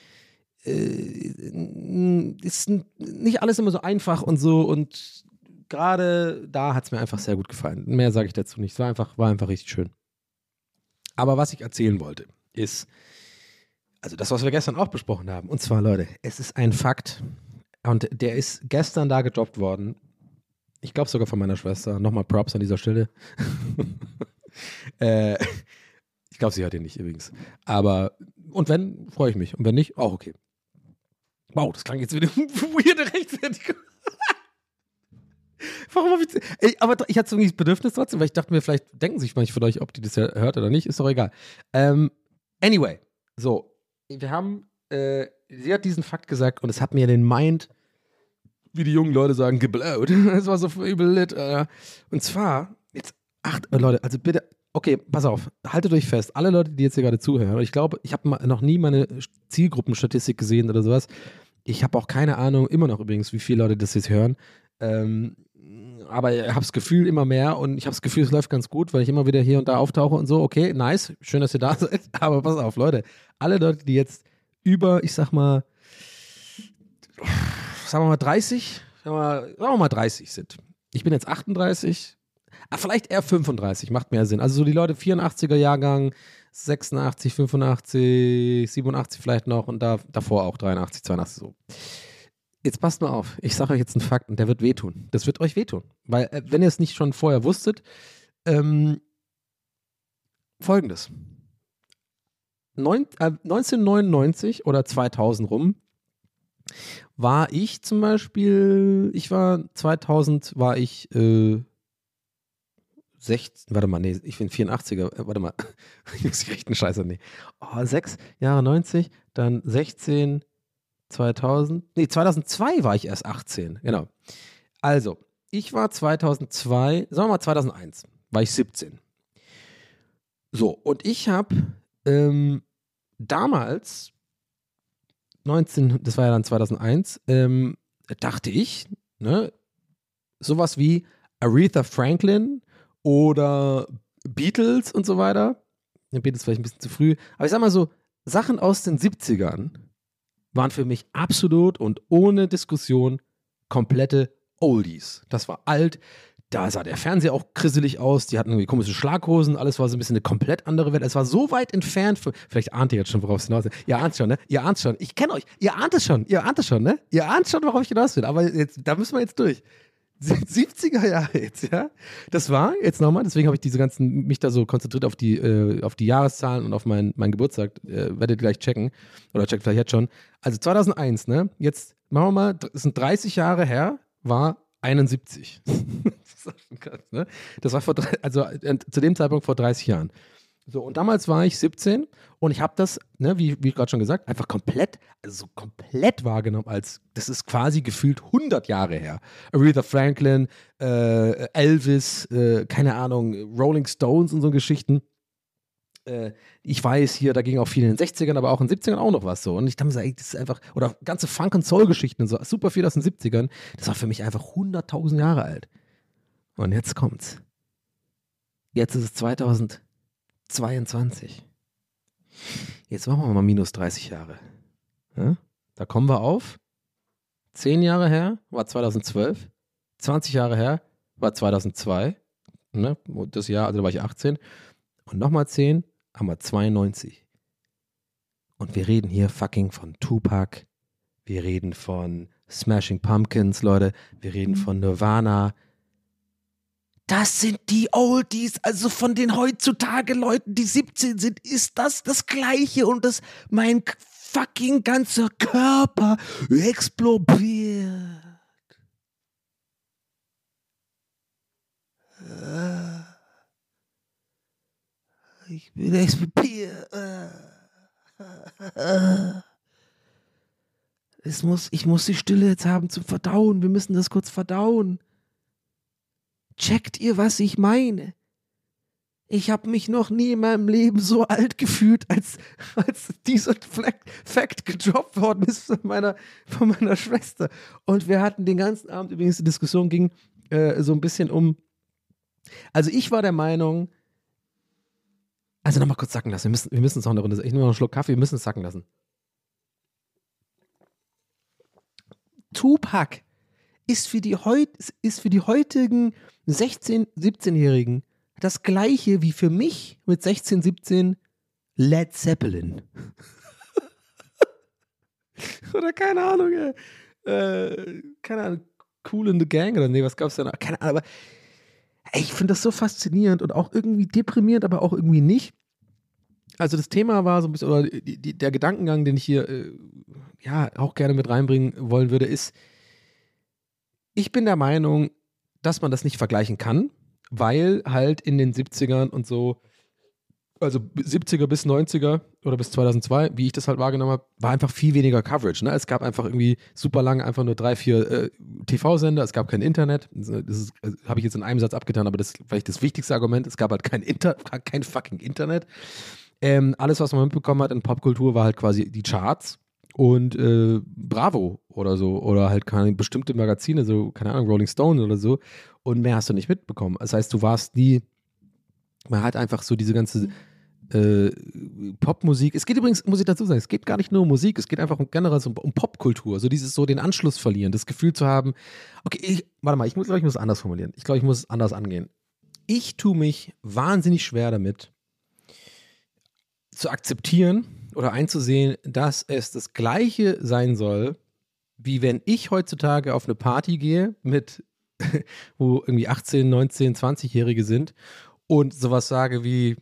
ist nicht alles immer so einfach und so und gerade da hat es mir einfach sehr gut gefallen. Mehr sage ich dazu nicht. Es war einfach richtig schön. Aber was ich erzählen wollte, ist, also das, was wir gestern auch besprochen haben, und zwar, Leute, es ist ein Fakt, und der ist gestern da gedroppt worden. Ich glaube sogar von meiner Schwester. Nochmal Props an dieser Stelle. Ich glaube, sie hört ihn nicht übrigens. Aber, und wenn, freue ich mich. Und wenn nicht, auch okay. Wow, das klang jetzt wieder weirde Rechtfertigung. Warum habe ich. Aber ich hatte so ein Bedürfnis trotzdem, weil ich dachte mir, vielleicht denken sich manche von euch, ob die das hört oder nicht. Ist doch egal. Anyway, so. Wir haben. Sie hat diesen Fakt gesagt und es hat mir den Mind, wie die jungen Leute sagen, geblaut. Es war so übel lit. Und zwar, jetzt, Leute, also bitte, okay, pass auf, haltet euch fest, alle Leute, die jetzt hier gerade zuhören, ich glaube, ich habe noch nie meine Zielgruppenstatistik gesehen oder sowas. Ich habe auch keine Ahnung, immer noch übrigens, wie viele Leute das jetzt hören. Aber ich habe das Gefühl immer mehr und ich habe das Gefühl, es läuft ganz gut, weil ich immer wieder hier und da auftauche und so. Okay, nice, schön, dass ihr da seid. Aber pass auf, Leute, alle Leute, die jetzt über, ich sag mal, sagen wir mal 30 sind. Ich bin jetzt 38. vielleicht eher 35, macht mehr Sinn. Also so die Leute 84er Jahrgang, 86, 85, 87 vielleicht noch und davor auch 83, 82 so. Jetzt passt mal auf, ich sage euch jetzt einen Fakt und der wird wehtun. Das wird euch wehtun. Weil, wenn ihr es nicht schon vorher wusstet, Folgendes. 1999 oder 2000 rum war ich zum Beispiel, 2000 war ich 16, warte mal, nee, ich bin 84er, warte mal, ich muss echt einen Scheiße, nee. 6 Jahre 90, dann 16, 2000, nee, 2002 war ich erst 18, genau. Also, ich war 2002, sagen wir mal 2001, war ich 17. So, und ich habe damals, das war ja dann 2001, dachte ich, ne, sowas wie Aretha Franklin oder Beatles und so weiter. Ja, Beatles vielleicht ein bisschen zu früh, aber ich sag mal so, Sachen aus den 70ern waren für mich absolut und ohne Diskussion komplette Oldies. Das war alt. Da sah der Fernseher auch krisselig aus, die hatten irgendwie komische Schlaghosen, alles war so ein bisschen eine komplett andere Welt. Es war so weit entfernt, vielleicht ahnt ihr jetzt schon, worauf es hinaus will. Ihr ahnt schon, ne? Ihr ahnt schon. Ich kenne euch. Ihr ahnt es schon, ne? Ihr ahnt schon, worauf ich hinaus will. Aber jetzt, da müssen wir jetzt durch. 70er Jahre jetzt, ja? Das war, jetzt nochmal, deswegen habe ich mich da so konzentriert auf die Jahreszahlen und auf meinen Geburtstag. Werdet ihr gleich checken. Oder checkt vielleicht jetzt schon. Also 2001, ne? Jetzt machen wir mal, das sind 30 Jahre her, war 71. Das ist schon krass, ne? Das war zu dem Zeitpunkt vor 30 Jahren. So, und damals war ich 17 und ich habe das, ne, wie gerade schon gesagt, einfach komplett wahrgenommen, als das ist quasi gefühlt 100 Jahre her. Aretha Franklin, Elvis, keine Ahnung, Rolling Stones und so Geschichten. Ich weiß hier, da ging auch viel in den 60ern, aber auch in den 70ern auch noch was so. Und ich dachte mir so, ey, das ist einfach, oder ganze Funk- und Soul-Geschichten und so, super viel aus den 70ern, das war für mich einfach 100.000 Jahre alt. Und jetzt kommt's. Jetzt ist es 2022. Jetzt machen wir mal minus 30 Jahre. Ja? Da kommen wir auf. 10 Jahre her war 2012. 20 Jahre her war 2002. Ne? Das Jahr, also da war ich 18. Und nochmal 10 haben wir 92. Und wir reden hier fucking von Tupac. Wir reden von Smashing Pumpkins, Leute. Wir reden von Nirvana. Das sind die Oldies, also von den heutzutage Leuten, die 17 sind, ist das Gleiche und mein fucking ganzer Körper explodiert. Ich bin explodiert. Ich muss die Stille jetzt haben zum Verdauen. Wir müssen das kurz verdauen. Checkt ihr, was ich meine? Ich habe mich noch nie in meinem Leben so alt gefühlt, als dieser Fact gedroppt worden ist von meiner Schwester. Und wir hatten den ganzen Abend, übrigens die Diskussion ging so ein bisschen um, also ich war der Meinung, also nochmal kurz sacken lassen, wir müssen es noch eine Runde, ich nehme noch einen Schluck Kaffee, wir müssen es sacken lassen. Tupac ist für die heutigen 16-, 17-Jährigen das Gleiche wie für mich mit 16, 17 Led Zeppelin. Oder keine Ahnung, keine Ahnung, Cool in the Gang oder nee, was gab's da noch? Keine Ahnung, aber ey, ich finde das so faszinierend und auch irgendwie deprimierend, aber auch irgendwie nicht. Also das Thema war so ein bisschen, oder der Gedankengang, den ich hier auch gerne mit reinbringen wollen würde, ist, ich bin der Meinung, dass man das nicht vergleichen kann, weil halt in den 70ern und so, also 70er bis 90er oder bis 2002, wie ich das halt wahrgenommen habe, war einfach viel weniger Coverage. Ne? Es gab einfach irgendwie super lange einfach nur 3, 4 TV-Sender, es gab kein Internet. Das habe ich jetzt in einem Satz abgetan, aber das ist vielleicht das wichtigste Argument. Es gab halt kein fucking Internet. Alles, was man mitbekommen hat in Popkultur, war halt quasi die Charts und Bravo oder so. Oder halt keine bestimmte Magazine, so, keine Ahnung, Rolling Stone oder so. Und mehr hast du nicht mitbekommen. Das heißt, du warst nie, man hat einfach so diese ganze Popmusik. Es geht übrigens, muss ich dazu sagen, es geht gar nicht nur um Musik, es geht einfach generell um Popkultur. So dieses so den Anschluss verlieren, das Gefühl zu haben, okay, warte mal, ich muss es anders formulieren. Ich glaube, ich muss es anders angehen. ich tue mich wahnsinnig schwer damit, zu akzeptieren oder einzusehen, dass es das Gleiche sein soll, wie wenn ich heutzutage auf eine Party gehe, wo irgendwie 18, 19, 20-Jährige sind und sowas sage wie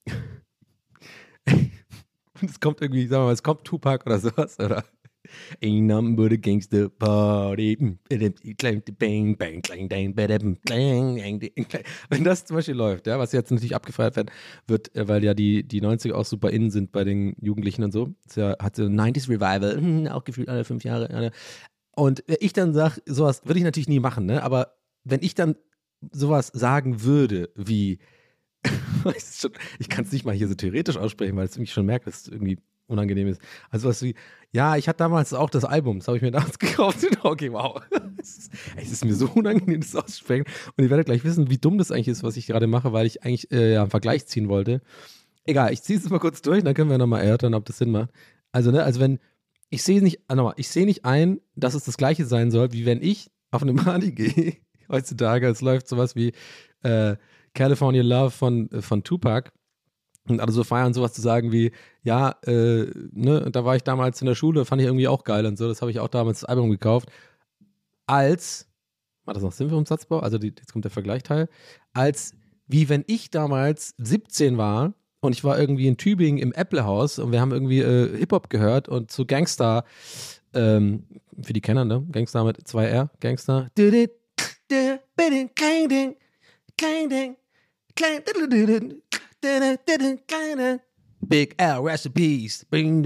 und es kommt irgendwie, sagen wir mal, es kommt Tupac oder sowas, oder? Ain't nothing but a gangster party. Bang, bang, clang, dang, badam, clang, dang, clang. Wenn das zum Beispiel läuft, ja, was jetzt natürlich abgefeiert wird, weil ja die 90er auch super innen sind bei den Jugendlichen und so. Es ja, hat so ein 90s Revival, auch gefühlt alle 5 Jahre. Und ich dann sage, sowas würde ich natürlich nie machen, ne? Aber wenn ich dann sowas sagen würde, wie ich kann es nicht mal hier so theoretisch aussprechen, weil es mich schon merkt, dass es irgendwie unangenehm ist. Also was wie, ja, ich hatte damals auch das Album, das habe ich mir damals gekauft. Okay, wow. Es ist mir so unangenehm, das auszusprechen. Und ihr werdet gleich wissen, wie dumm das eigentlich ist, was ich gerade mache, weil ich eigentlich einen Vergleich ziehen wollte. Egal, ich ziehe es mal kurz durch, dann können wir nochmal erörtern, ob das Sinn macht. Also, ne, wenn, ich sehe nicht ein, dass es das Gleiche sein soll, wie wenn ich auf eine Party gehe, heutzutage, es läuft sowas wie California Love von Tupac und alle so feiern, sowas zu sagen wie, ja, ne, da war ich damals in der Schule, fand ich irgendwie auch geil und so, das habe ich auch damals das Album gekauft, macht das noch Sinn für den Satzbau? Also jetzt kommt der Vergleichteil, als wie wenn ich damals 17 war und ich war irgendwie in Tübingen im Apple-Haus und wir haben irgendwie Hip-Hop gehört und zu Gangster, für die Kenner, ne, Gangster mit 2R, Gangster, Big L Recipes.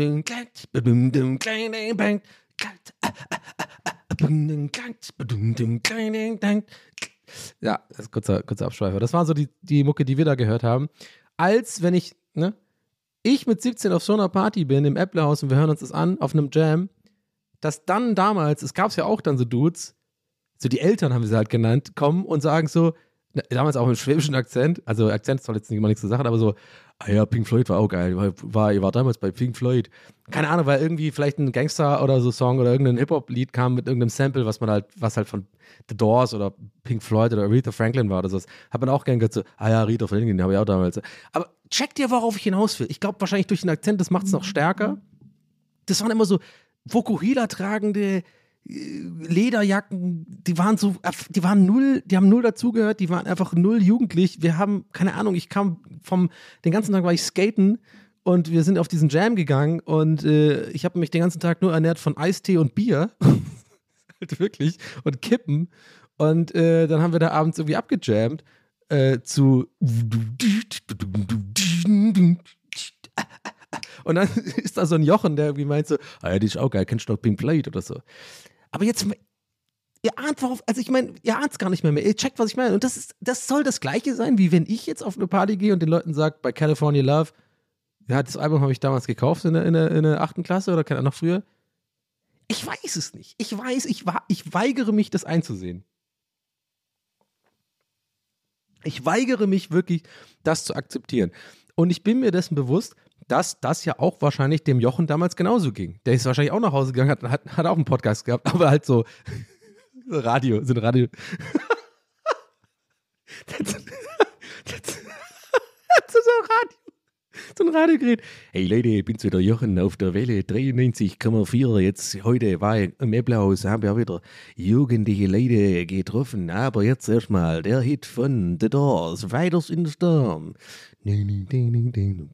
Ja, das ist kurzer Abschweifer. Das war so die Mucke, die wir da gehört haben. Als wenn ich mit 17 auf so einer Party bin im Apple-Haus und wir hören uns das an auf einem Jam, dass dann damals, es gab ja auch dann so Dudes, so die Eltern haben wir sie halt genannt, kommen und sagen so, damals auch mit schwäbischen Akzent, also Akzent ist zwar jetzt nicht mal nichts zu sagen, aber so, ja, Pink Floyd war auch geil, ihr war damals bei Pink Floyd. Keine Ahnung, weil irgendwie vielleicht ein Gangster oder so Song oder irgendein Hip-Hop-Lied kam mit irgendeinem Sample, was halt von The Doors oder Pink Floyd oder Aretha Franklin war oder so. Hat man auch gern gehört, so, ja, Aretha Franklin, den habe ich auch damals. Aber checkt ihr, worauf ich hinaus will? Ich glaube wahrscheinlich durch den Akzent, das macht es noch stärker. Das waren immer so Vokuhila tragende Lederjacken, die haben null dazugehört, die waren einfach null jugendlich. Wir haben, keine Ahnung, den ganzen Tag war ich skaten und wir sind auf diesen Jam gegangen und ich habe mich den ganzen Tag nur ernährt von Eistee und Bier. Halt wirklich. Und Kippen. Und dann haben wir da abends irgendwie abgejammt zu und dann ist da so ein Jochen, der irgendwie meint so, ja, die ist auch geil, kennst du doch Pink Floyd oder so. Aber jetzt, ihr ahnt ihr ahnt es gar nicht mehr. Ihr checkt, was ich meine. Und das soll das Gleiche sein, wie wenn ich jetzt auf eine Party gehe und den Leuten sage, bei California Love, ja, das Album habe ich damals gekauft in der 8. Klasse oder noch früher. Ich weiß es nicht. Ich weigere mich, das einzusehen. Ich weigere mich wirklich, das zu akzeptieren. Und ich bin mir dessen bewusst, dass das ja auch wahrscheinlich dem Jochen damals genauso ging. Der ist wahrscheinlich auch nach Hause gegangen, hat auch einen Podcast gehabt, aber halt so Radio. So ein Radiogerät. Hey Leute, ich bin's wieder Jochen auf der Welle 93,4. Jetzt heute war ich im Apple-Haus, haben wir wieder jugendliche Leute getroffen. Aber jetzt erstmal der Hit von The Doors, Riders in the Storm. Und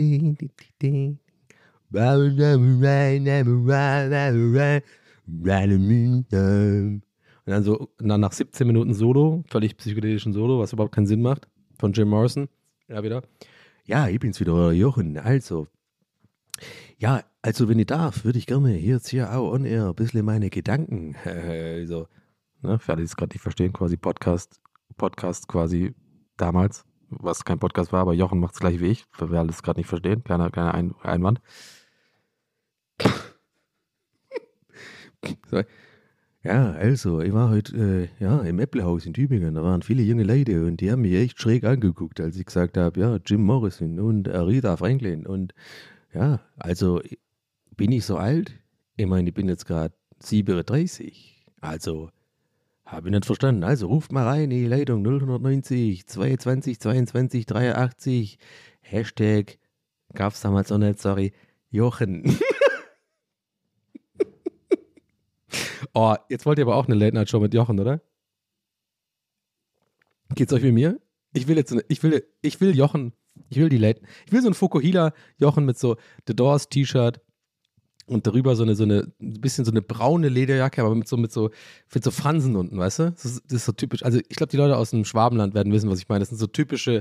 dann nach 17 Minuten Solo, völlig psychedelischen Solo, was überhaupt keinen Sinn macht, von Jim Morrison. Ja, wieder. Ja, ich bin's wieder, Jochen. Also, wenn ich darf, würde ich gerne hier auch on air ein bisschen meine Gedanken, so, ne, für alle, die es gerade nicht verstehen, quasi Podcast quasi damals, was kein Podcast war, aber Jochen macht es gleich wie ich, für alle, die es gerade nicht verstehen, kleiner Einwand. So. Ja, also, ich war heute im Apple-Haus in Tübingen, da waren viele junge Leute und die haben mich echt schräg angeguckt, als ich gesagt habe, ja, Jim Morrison und Aretha Franklin und ja, also, bin ich so alt? Ich meine, ich bin jetzt gerade 37, also, Habe ich nicht verstanden. Also ruft mal rein, die Leitung 090 22 22 83. Hashtag, gab's damals noch nicht, sorry, Jochen. Oh, jetzt wollt ihr aber auch eine Late-Night-Show mit Jochen, oder? Geht's euch wie mir? Ich will Jochen, ich will so ein Fukuhila Jochen mit so The Doors T-Shirt und darüber so ein bisschen so eine braune Lederjacke, aber mit so Fransen unten, weißt du? Das ist so typisch. Also ich glaube, die Leute aus dem Schwabenland werden wissen, was ich meine. Das sind so typische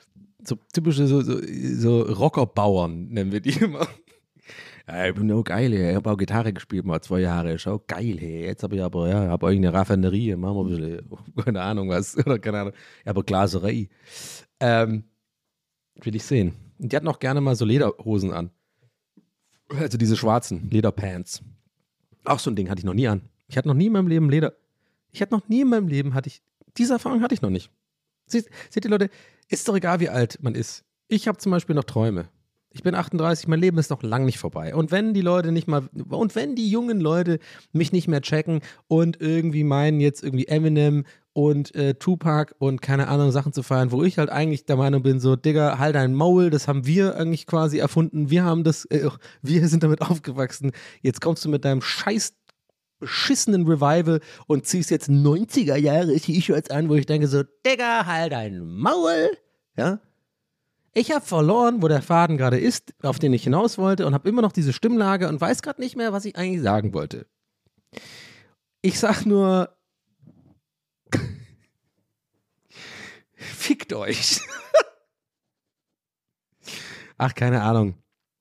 so Rockerbauern, nennen wir die immer. Ja, ich bin auch geil, ey. Ich habe auch Gitarre gespielt mal 2 Jahre. Ist auch geil, hey. Jetzt habe ich aber, habe euch eine Raffinerie, machen wir ein bisschen, keine Ahnung was, oder keine Ahnung, aber Glaserei. Will ich sehen. Und die hatten auch gerne mal so Lederhosen an. Also diese schwarzen Lederpants. Auch so ein Ding hatte ich noch nie an. Ich hatte noch nie in meinem Leben diese Erfahrung hatte ich noch nicht. Seht ihr Leute, ist doch egal, wie alt man ist. Ich habe zum Beispiel noch Träume. Ich bin 38, mein Leben ist noch lang nicht vorbei. Und wenn die jungen Leute mich nicht mehr checken und irgendwie meinen, jetzt irgendwie Eminem und Tupac und keine Ahnung Sachen zu feiern, wo ich halt eigentlich der Meinung bin, so, Digga, halt dein Maul, das haben wir eigentlich quasi erfunden, wir sind damit aufgewachsen, jetzt kommst du mit deinem scheiß beschissenen Revival und ziehst jetzt 90er Jahre T-Shirts an, wo ich denke so, Digga, halt dein Maul, ja. Ich habe verloren, wo der Faden gerade ist, auf den ich hinaus wollte und habe immer noch diese Stimmlage und weiß gerade nicht mehr, was ich eigentlich sagen wollte. Ich sag nur, fickt euch. Ach, keine Ahnung.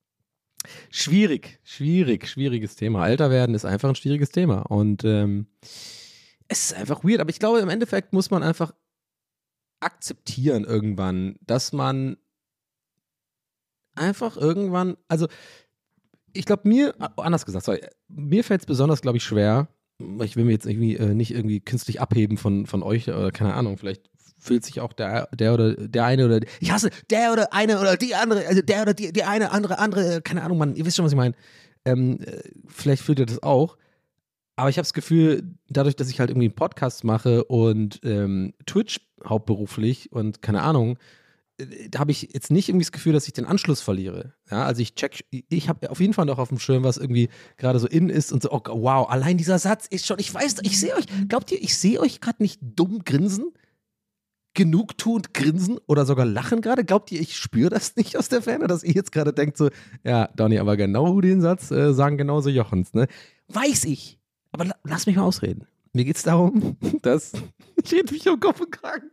Schwieriges Thema. Älter werden ist einfach ein schwieriges Thema und es ist einfach weird, aber ich glaube, im Endeffekt muss man einfach akzeptieren irgendwann, dass man einfach irgendwann, also ich glaube mir fällt es besonders, glaube ich, schwer, ich will mir jetzt irgendwie nicht irgendwie künstlich abheben von euch oder keine Ahnung, vielleicht fühlt sich auch der oder der eine oder ich hasse der oder eine oder die andere, also der oder die eine, andere, keine Ahnung, Mann, ihr wisst schon, was ich meine. Vielleicht fühlt ihr das auch. Aber ich habe das Gefühl, dadurch, dass ich halt irgendwie einen Podcast mache und Twitch hauptberuflich und keine Ahnung, da habe ich jetzt nicht irgendwie das Gefühl, dass ich den Anschluss verliere. Ja, also ich habe auf jeden Fall noch auf dem Schirm, was irgendwie gerade so in ist und so, oh, wow, allein dieser Satz ist schon, ich weiß, ich sehe euch, glaubt ihr, ich sehe euch gerade nicht dumm grinsen? Genugtuend grinsen oder sogar lachen gerade? Glaubt ihr, ich spüre das nicht aus der Ferne, dass ihr jetzt gerade denkt so, ja, Donny, aber genau den Satz sagen genauso Jochens, ne? Weiß ich. Aber lass mich mal ausreden. Mir geht es darum, dass ich rede mich um Kopf und Kragen.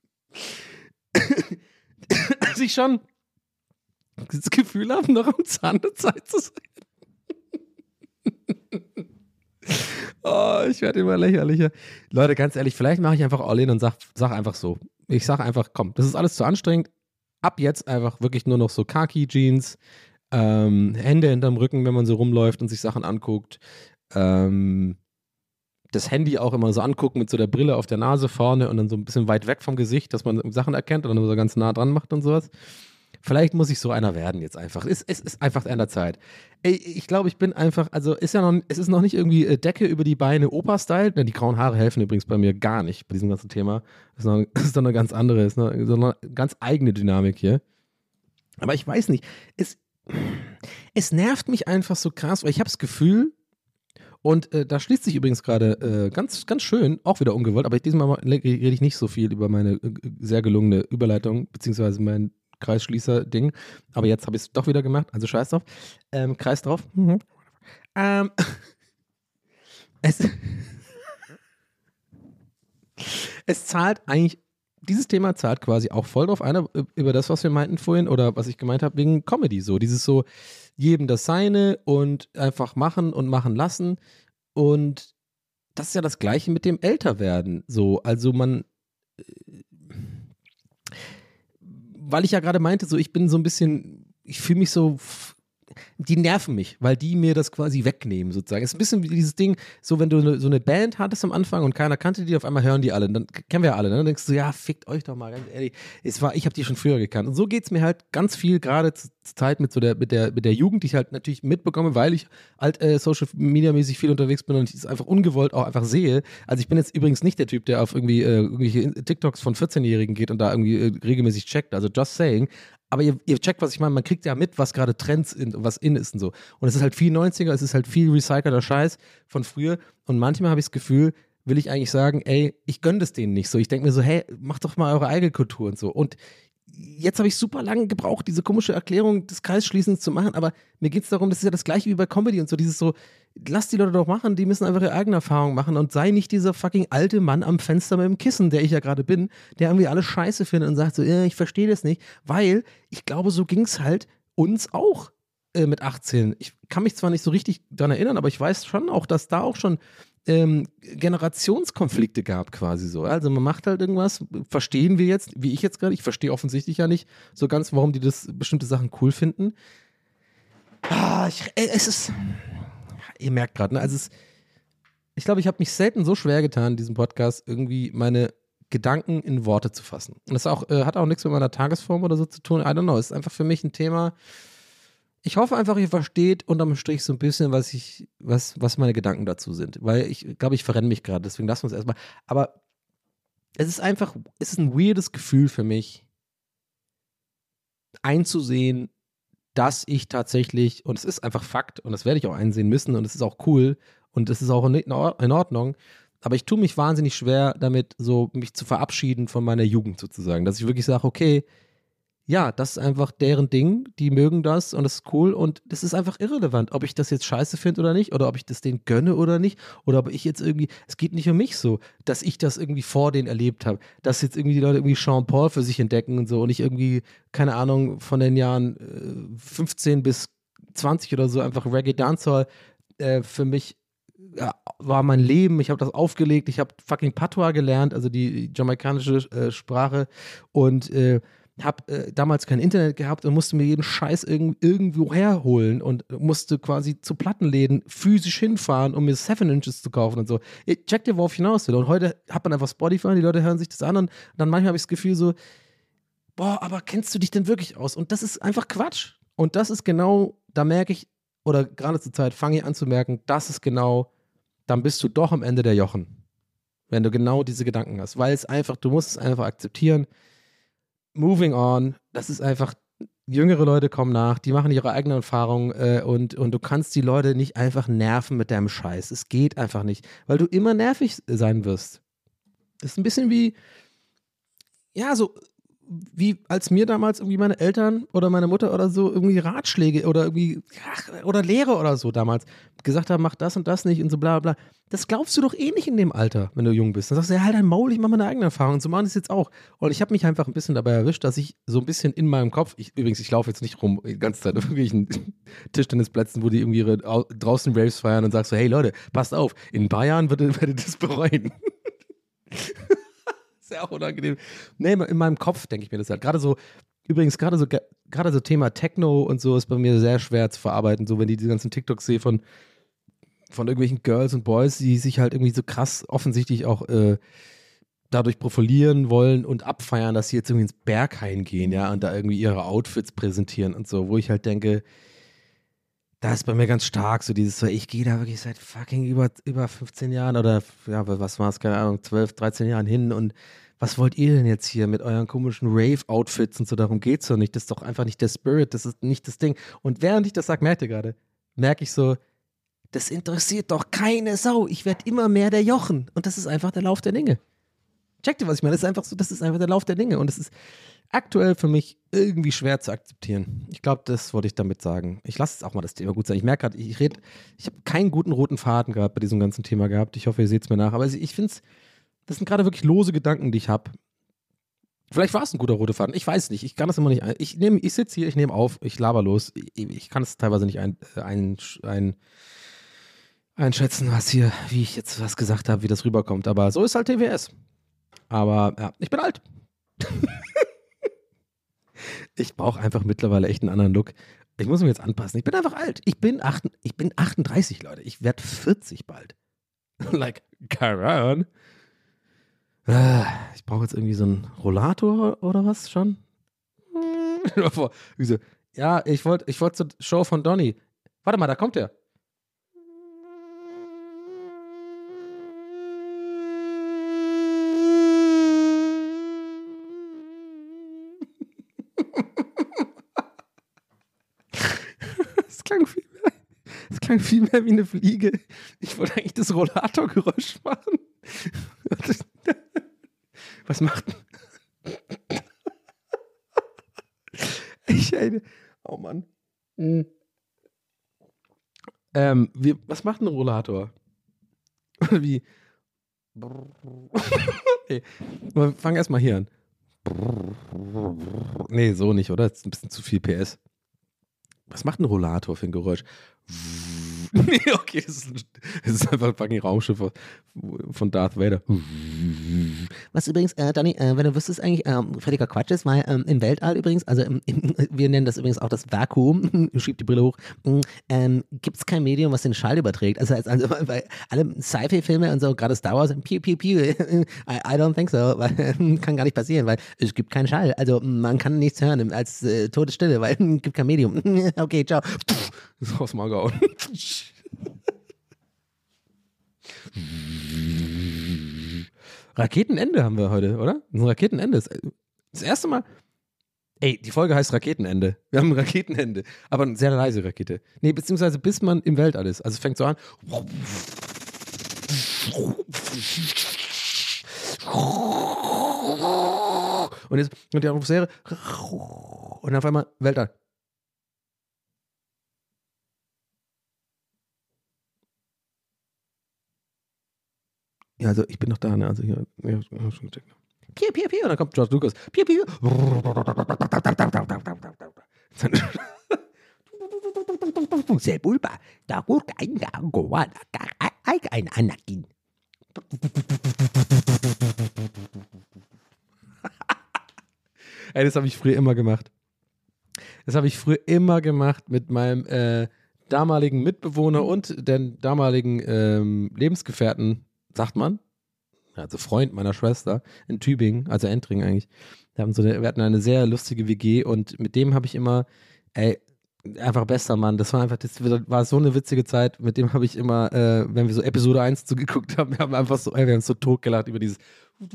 Dass ich schon das Gefühl habe, noch am Zahn der Zeit zu sein. Oh, ich werde immer lächerlicher. Leute, ganz ehrlich, vielleicht mache ich einfach All-In und sag einfach so. Ich sage einfach, komm, das ist alles zu anstrengend. Ab jetzt einfach wirklich nur noch so Khaki-Jeans, Hände hinterm Rücken, wenn man so rumläuft und sich Sachen anguckt. Das Handy auch immer so angucken mit so der Brille auf der Nase vorne und dann so ein bisschen weit weg vom Gesicht, dass man Sachen erkennt und dann so ganz nah dran macht und sowas. Vielleicht muss ich so einer werden jetzt einfach. Es ist einfach an der Zeit. Ich glaube, ich bin einfach, also es ist noch nicht irgendwie Decke über die Beine Opa-Style. Die grauen Haare helfen übrigens bei mir gar nicht bei diesem ganzen Thema. Das ist doch eine ganz andere, ist so eine ganz eigene Dynamik hier. Aber ich weiß nicht, es nervt mich einfach so krass, weil ich habe das Gefühl, und da schließt sich übrigens gerade ganz, ganz schön, auch wieder ungewollt, aber diesmal rede ich nicht so viel über meine sehr gelungene Überleitung, beziehungsweise mein Kreisschließer-Ding. Aber jetzt habe ich es doch wieder gemacht, also scheiß drauf. Kreis drauf. Mhm. Es zahlt eigentlich, dieses Thema zahlt quasi auch voll drauf ein, über das, was wir meinten vorhin, oder was ich gemeint habe, wegen Comedy so. Dieses so, jedem das Seine und einfach machen und machen lassen. Und das ist ja das Gleiche mit dem Älterwerden. So, also weil ich ja gerade meinte, so ich bin so ein bisschen, ich fühle mich so, die nerven mich, weil die mir das quasi wegnehmen sozusagen. Es ist ein bisschen wie dieses Ding, so wenn du so eine Band hattest am Anfang und keiner kannte die, auf einmal hören die alle. Dann kennen wir ja alle. Ne? Dann denkst du, ja, fickt euch doch mal, ganz ehrlich. Ich habe die schon früher gekannt. Und so geht es mir halt ganz viel, gerade zur Zeit mit der Jugend, die ich halt natürlich mitbekomme, weil ich halt Social Media mäßig viel unterwegs bin und ich es einfach ungewollt auch einfach sehe. Also ich bin jetzt übrigens nicht der Typ, der auf irgendwie irgendwelche TikToks von 14-Jährigen geht und da irgendwie regelmäßig checkt. Also just saying. Aber ihr checkt, was ich meine, man kriegt ja mit, was gerade Trends sind und was in ist und so. Und es ist halt viel 90er, es ist halt viel recycelter Scheiß von früher. Und manchmal habe ich das Gefühl, will ich eigentlich sagen, ey, ich gönne das denen nicht so. Ich denke mir so, hey, macht doch mal eure eigene Kultur und so. Und jetzt habe ich super lange gebraucht, diese komische Erklärung des Kreisschließens zu machen, aber mir geht es darum, das ist ja das Gleiche wie bei Comedy und so, dieses so, lass die Leute doch machen, die müssen einfach ihre eigene Erfahrung machen und sei nicht dieser fucking alte Mann am Fenster mit dem Kissen, der ich ja gerade bin, der irgendwie alles scheiße findet und sagt so, ich verstehe das nicht, weil ich glaube, so ging es halt uns auch mit 18. Ich kann mich zwar nicht so richtig daran erinnern, aber ich weiß schon auch, dass da auch schon Generationskonflikte gab quasi so. Also man macht halt irgendwas, verstehen wir jetzt, wie ich jetzt gerade, ich verstehe offensichtlich ja nicht so ganz, warum die das bestimmte Sachen cool finden. Es ist, ihr merkt gerade, ne, also ich glaube, ich habe mich selten so schwer getan, in diesem Podcast irgendwie meine Gedanken in Worte zu fassen. Und das auch, hat auch nichts mit meiner Tagesform oder so zu tun, I don't know, es ist einfach für mich ein Thema. Ich hoffe einfach, ihr versteht unterm Strich so ein bisschen, was meine Gedanken dazu sind. Weil ich glaube, ich verrenne mich gerade, deswegen lassen wir es erstmal. Aber es ist einfach, es ist ein weirdes Gefühl für mich, einzusehen, dass ich tatsächlich, und es ist einfach Fakt, und das werde ich auch einsehen müssen, und es ist auch cool, und es ist auch in Ordnung, aber ich tue mich wahnsinnig schwer damit, so mich zu verabschieden von meiner Jugend sozusagen. Dass ich wirklich sage, okay, ja, das ist einfach deren Ding, die mögen das und das ist cool und das ist einfach irrelevant, ob ich das jetzt scheiße finde oder nicht oder ob ich das denen gönne oder nicht oder ob ich jetzt irgendwie, es geht nicht um mich so, dass ich das irgendwie vor denen erlebt habe, dass jetzt irgendwie die Leute irgendwie Sean Paul für sich entdecken und so und ich irgendwie, keine Ahnung, von den Jahren 15 bis 20 oder so einfach Reggae Dancehall für mich war mein Leben, ich habe das aufgelegt, ich habe fucking Patois gelernt, also die jamaikanische Sprache und habe damals kein Internet gehabt und musste mir jeden Scheiß irgendwo herholen und musste quasi zu Plattenläden physisch hinfahren, um mir 7 Inches zu kaufen und so. Check dir, worauf ich hinaus will. Und heute hat man einfach Spotify, die Leute hören sich das an und dann manchmal habe ich das Gefühl so, boah, aber kennst du dich denn wirklich aus? Und das ist einfach Quatsch. Und das ist genau, da merke ich, oder gerade zur Zeit fange ich an zu merken, das ist genau, dann bist du doch am Ende der Jochen. Wenn du genau diese Gedanken hast. Weil es einfach, du musst es einfach akzeptieren. Moving on, das ist einfach, jüngere Leute kommen nach, die machen ihre eigenen Erfahrungen und du kannst die Leute nicht einfach nerven mit deinem Scheiß. Es geht einfach nicht, weil du immer nervig sein wirst. Das ist ein bisschen wie, ja, so wie als mir damals irgendwie meine Eltern oder meine Mutter oder so irgendwie Ratschläge oder irgendwie, oder Lehre oder so damals gesagt haben, mach das und das nicht und so bla bla. Das glaubst du doch eh nicht in dem Alter, wenn du jung bist. Dann sagst du, ja, halt dein Maul, ich mache meine eigene Erfahrung. Und so machen die es jetzt auch. Und ich habe mich einfach ein bisschen dabei erwischt, dass ich so ein bisschen in meinem Kopf, ich laufe jetzt nicht rum die ganze Zeit auf irgendwelchen Tischtennisplätzen, wo die irgendwie ihre draußen Raves feiern und sagst so, hey Leute, passt auf, in ein paar Jahren werdet ihr das bereuen. Ist ja auch unangenehm. Nee, in meinem Kopf denke ich mir das halt. Gerade so Thema Techno und so ist bei mir sehr schwer zu verarbeiten. So, wenn die ganzen TikToks sehe von irgendwelchen Girls und Boys, die sich halt irgendwie so krass offensichtlich auch dadurch profilieren wollen und abfeiern, dass sie jetzt irgendwie ins Berghain gehen, ja, und da irgendwie ihre Outfits präsentieren und so, wo ich halt denke, da ist bei mir ganz stark so dieses, so, ich gehe da wirklich seit fucking über 15 Jahren oder, ja, was war es, keine Ahnung, 12, 13 Jahren hin und was wollt ihr denn jetzt hier mit euren komischen Rave-Outfits und so, darum geht's doch nicht, das ist doch einfach nicht der Spirit, das ist nicht das Ding. Und während ich das sage, merke ich so, das interessiert doch keine Sau, ich werde immer mehr der Jochen und das ist einfach der Lauf der Dinge. Checkt ihr, was ich meine? Das ist einfach so, das ist einfach der Lauf der Dinge und es ist aktuell für mich irgendwie schwer zu akzeptieren. Ich glaube, das wollte ich damit sagen. Ich lasse jetzt auch mal das Thema gut sein. Ich merke gerade, ich habe keinen guten roten Faden gerade bei diesem ganzen Thema gehabt. Ich hoffe, ihr seht es mir nach. Aber ich finde es, das sind gerade wirklich lose Gedanken, die ich habe. Vielleicht war es ein guter roter Faden. Ich weiß nicht. Ich kann das immer nicht. Ich sitze hier, ich nehme auf, ich laber los. Ich kann es teilweise nicht einschätzen, wie ich jetzt was gesagt habe, wie das rüberkommt. Aber so ist halt TWS. Aber ja, ich bin alt. Ich brauche einfach mittlerweile echt einen anderen Look. Ich muss mich jetzt anpassen. Ich bin einfach alt. Ich bin 38, Leute. Ich werde 40 bald. Like, come on. Ich brauche jetzt irgendwie so einen Rollator oder was schon? Wieso? Ja, ich wollte zur Show von Donny. Warte mal, da kommt er. Es klang viel mehr wie eine Fliege. Ich wollte eigentlich das Rollatorgeräusch machen. Was macht oh Mann. Was macht ein Rollator? Wie? Nee. Wir fangen erstmal hier an. Nee, so nicht, oder? Das ist ein bisschen zu viel PS. Was macht ein Rollator für ein Geräusch? Nee, okay, das ist einfach ein fucking Raumschiff von Darth Vader. Was übrigens, Donny, wenn du wüsstest, eigentlich völliger Quatsch ist, weil im Weltall übrigens, also wir nennen das übrigens auch das Vakuum, schieb die Brille hoch, gibt es kein Medium, was den Schall überträgt. Also bei alle Sci-Fi-Filme und so, gerade Star Wars, piu, piu, piu, I don't think so, weil kann gar nicht passieren, weil es gibt keinen Schall. Also man kann nichts hören als Todesstille, weil es gibt kein Medium. Okay, ciao. Das ist aus dem Maul gehauen. Raketenende haben wir heute, oder? Ein Raketenende. Das erste Mal. Ey, die Folge heißt Raketenende. Wir haben ein Raketenende. Aber eine sehr leise Rakete. Nee, beziehungsweise bis man im Weltall ist. Also es fängt so an. Und jetzt kommt die Atmosphäre. Und auf einmal Weltall. Ja, also ich bin noch da, ne? Also hier, ja, schon gecheckt. Piu, piu, piu. Und dann kommt George Lucas. Piu, piu. Sebulba, da guck ein Anakin. Ey, das habe ich früher immer gemacht. Das habe ich früher immer gemacht mit meinem damaligen Mitbewohner und den damaligen Lebensgefährten, sagt man, also Freund meiner Schwester in Tübingen, also Entring eigentlich. Wir hatten eine sehr lustige WG und mit dem habe ich immer, einfach bester Mann. Das war so eine witzige Zeit. Mit dem habe ich immer, wenn wir so Episode 1 zugeguckt haben, wir haben einfach so, wir haben so totgelacht über dieses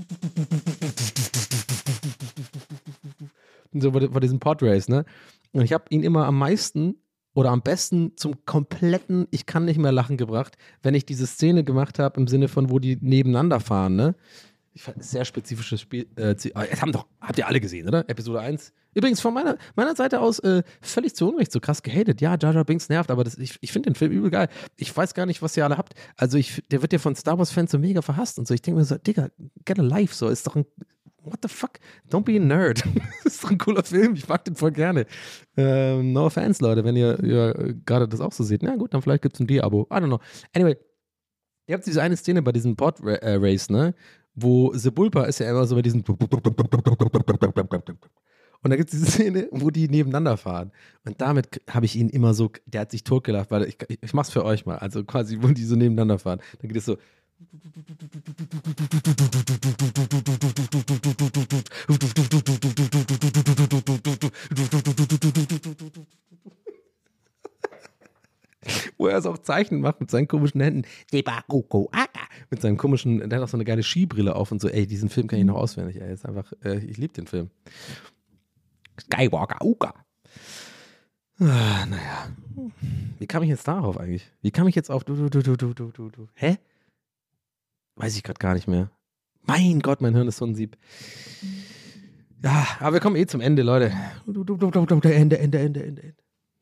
so vor diesem Podrace, ne? Und ich habe ihn immer am meisten oder am besten zum kompletten Ich kann nicht mehr lachen gebracht, wenn ich diese Szene gemacht habe, im Sinne von, wo die nebeneinander fahren, ne? Ich fand ein sehr spezifisches Spiel. Habt ihr alle gesehen, oder? Episode 1. Übrigens von meiner Seite aus völlig zu Unrecht so krass gehatet. Ja, Jar Jar Binks nervt, aber ich finde den Film übel geil. Ich weiß gar nicht, was ihr alle habt. Also der wird ja von Star Wars-Fans so mega verhasst und so. Ich denke mir so, Digga, get a life, so. Ist doch ein What the fuck? Don't be a nerd. Das ist doch ein cooler Film. Ich mag den voll gerne. No offense, Leute, wenn ihr gerade das auch so seht. Na gut, dann vielleicht gibt es ein D-Abo. I don't know. Anyway, ihr habt diese eine Szene bei diesem Pod-Race, ne? Wo Sebulba ist ja immer so bei diesen und da gibt es diese Szene, wo die nebeneinander fahren. Und damit habe ich ihn immer so, der hat sich totgelacht, weil ich mach's für euch mal. Also quasi, wo die so nebeneinander fahren. Dann geht es so. Wo er es auch Zeichen macht mit seinen komischen Händen. Mit seinem komischen, der hat auch so eine geile Skibrille auf und so. Ey, diesen Film kann ich noch auswendig. Ey, ist einfach, ich liebe den Film. Skywalker, Uka. Naja. Wie kam ich jetzt darauf eigentlich? Wie kam ich jetzt auf du? Hä? Weiß ich gerade gar nicht mehr. Mein Gott, mein Hirn ist so ein Sieb. Ja, aber wir kommen eh zum Ende, Leute. Ende.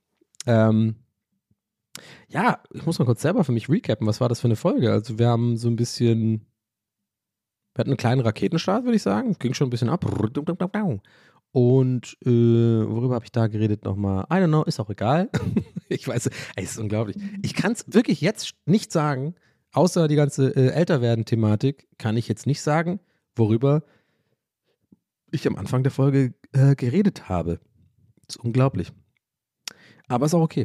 Ja, ich muss mal kurz selber für mich recappen. Was war das für eine Folge? Also wir haben so ein bisschen, wir hatten einen kleinen Raketenstart, würde ich sagen. Ging schon ein bisschen ab. Und worüber habe ich da geredet nochmal? I don't know, ist auch egal. Ich weiß, ey, ist unglaublich. Ich kann es wirklich jetzt nicht sagen, außer die ganze Älterwerden-Thematik, kann ich jetzt nicht sagen, worüber ich am Anfang der Folge geredet habe. Das ist unglaublich. Aber ist auch okay.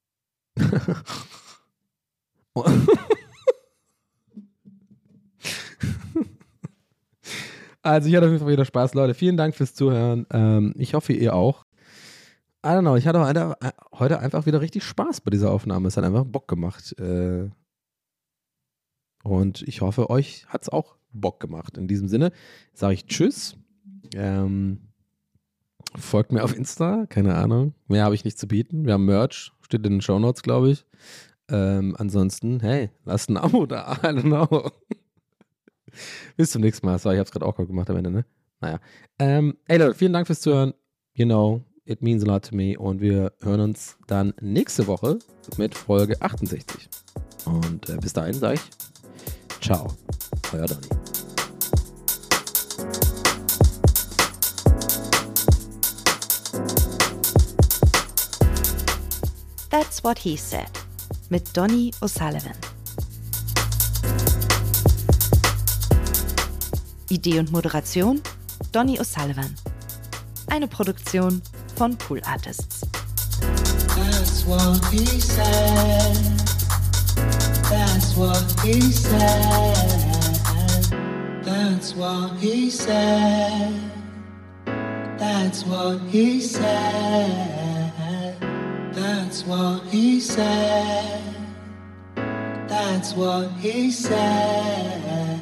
Also ich hatte auf jeden Fall wieder Spaß, Leute. Vielen Dank fürs Zuhören. Ich hoffe, ihr auch. I don't know, ich hatte heute einfach wieder richtig Spaß bei dieser Aufnahme. Es hat einfach Bock gemacht. Und ich hoffe, euch hat es auch Bock gemacht. In diesem Sinne sage ich Tschüss. Folgt mir auf Insta, keine Ahnung. Mehr habe ich nicht zu bieten. Wir haben Merch, steht in den Shownotes, glaube ich. Ansonsten, hey, lasst ein Abo da. I don't know. Bis zum nächsten Mal. Sorry, ich habe es gerade auch gemacht am Ende, ne? Naja. Ey Leute, vielen Dank fürs Zuhören. You know, it means a lot to me. Und wir hören uns dann nächste Woche mit Folge 68. Und bis dahin sage ich ciao. Euer Donny. That's What He Said mit Donny O'Sullivan. Idee und Moderation Donny O'Sullivan. Eine Produktion von Pool Artists. That's what he said. That's what he said. That's what he said. That's what he said. That's what he said. That's what he said.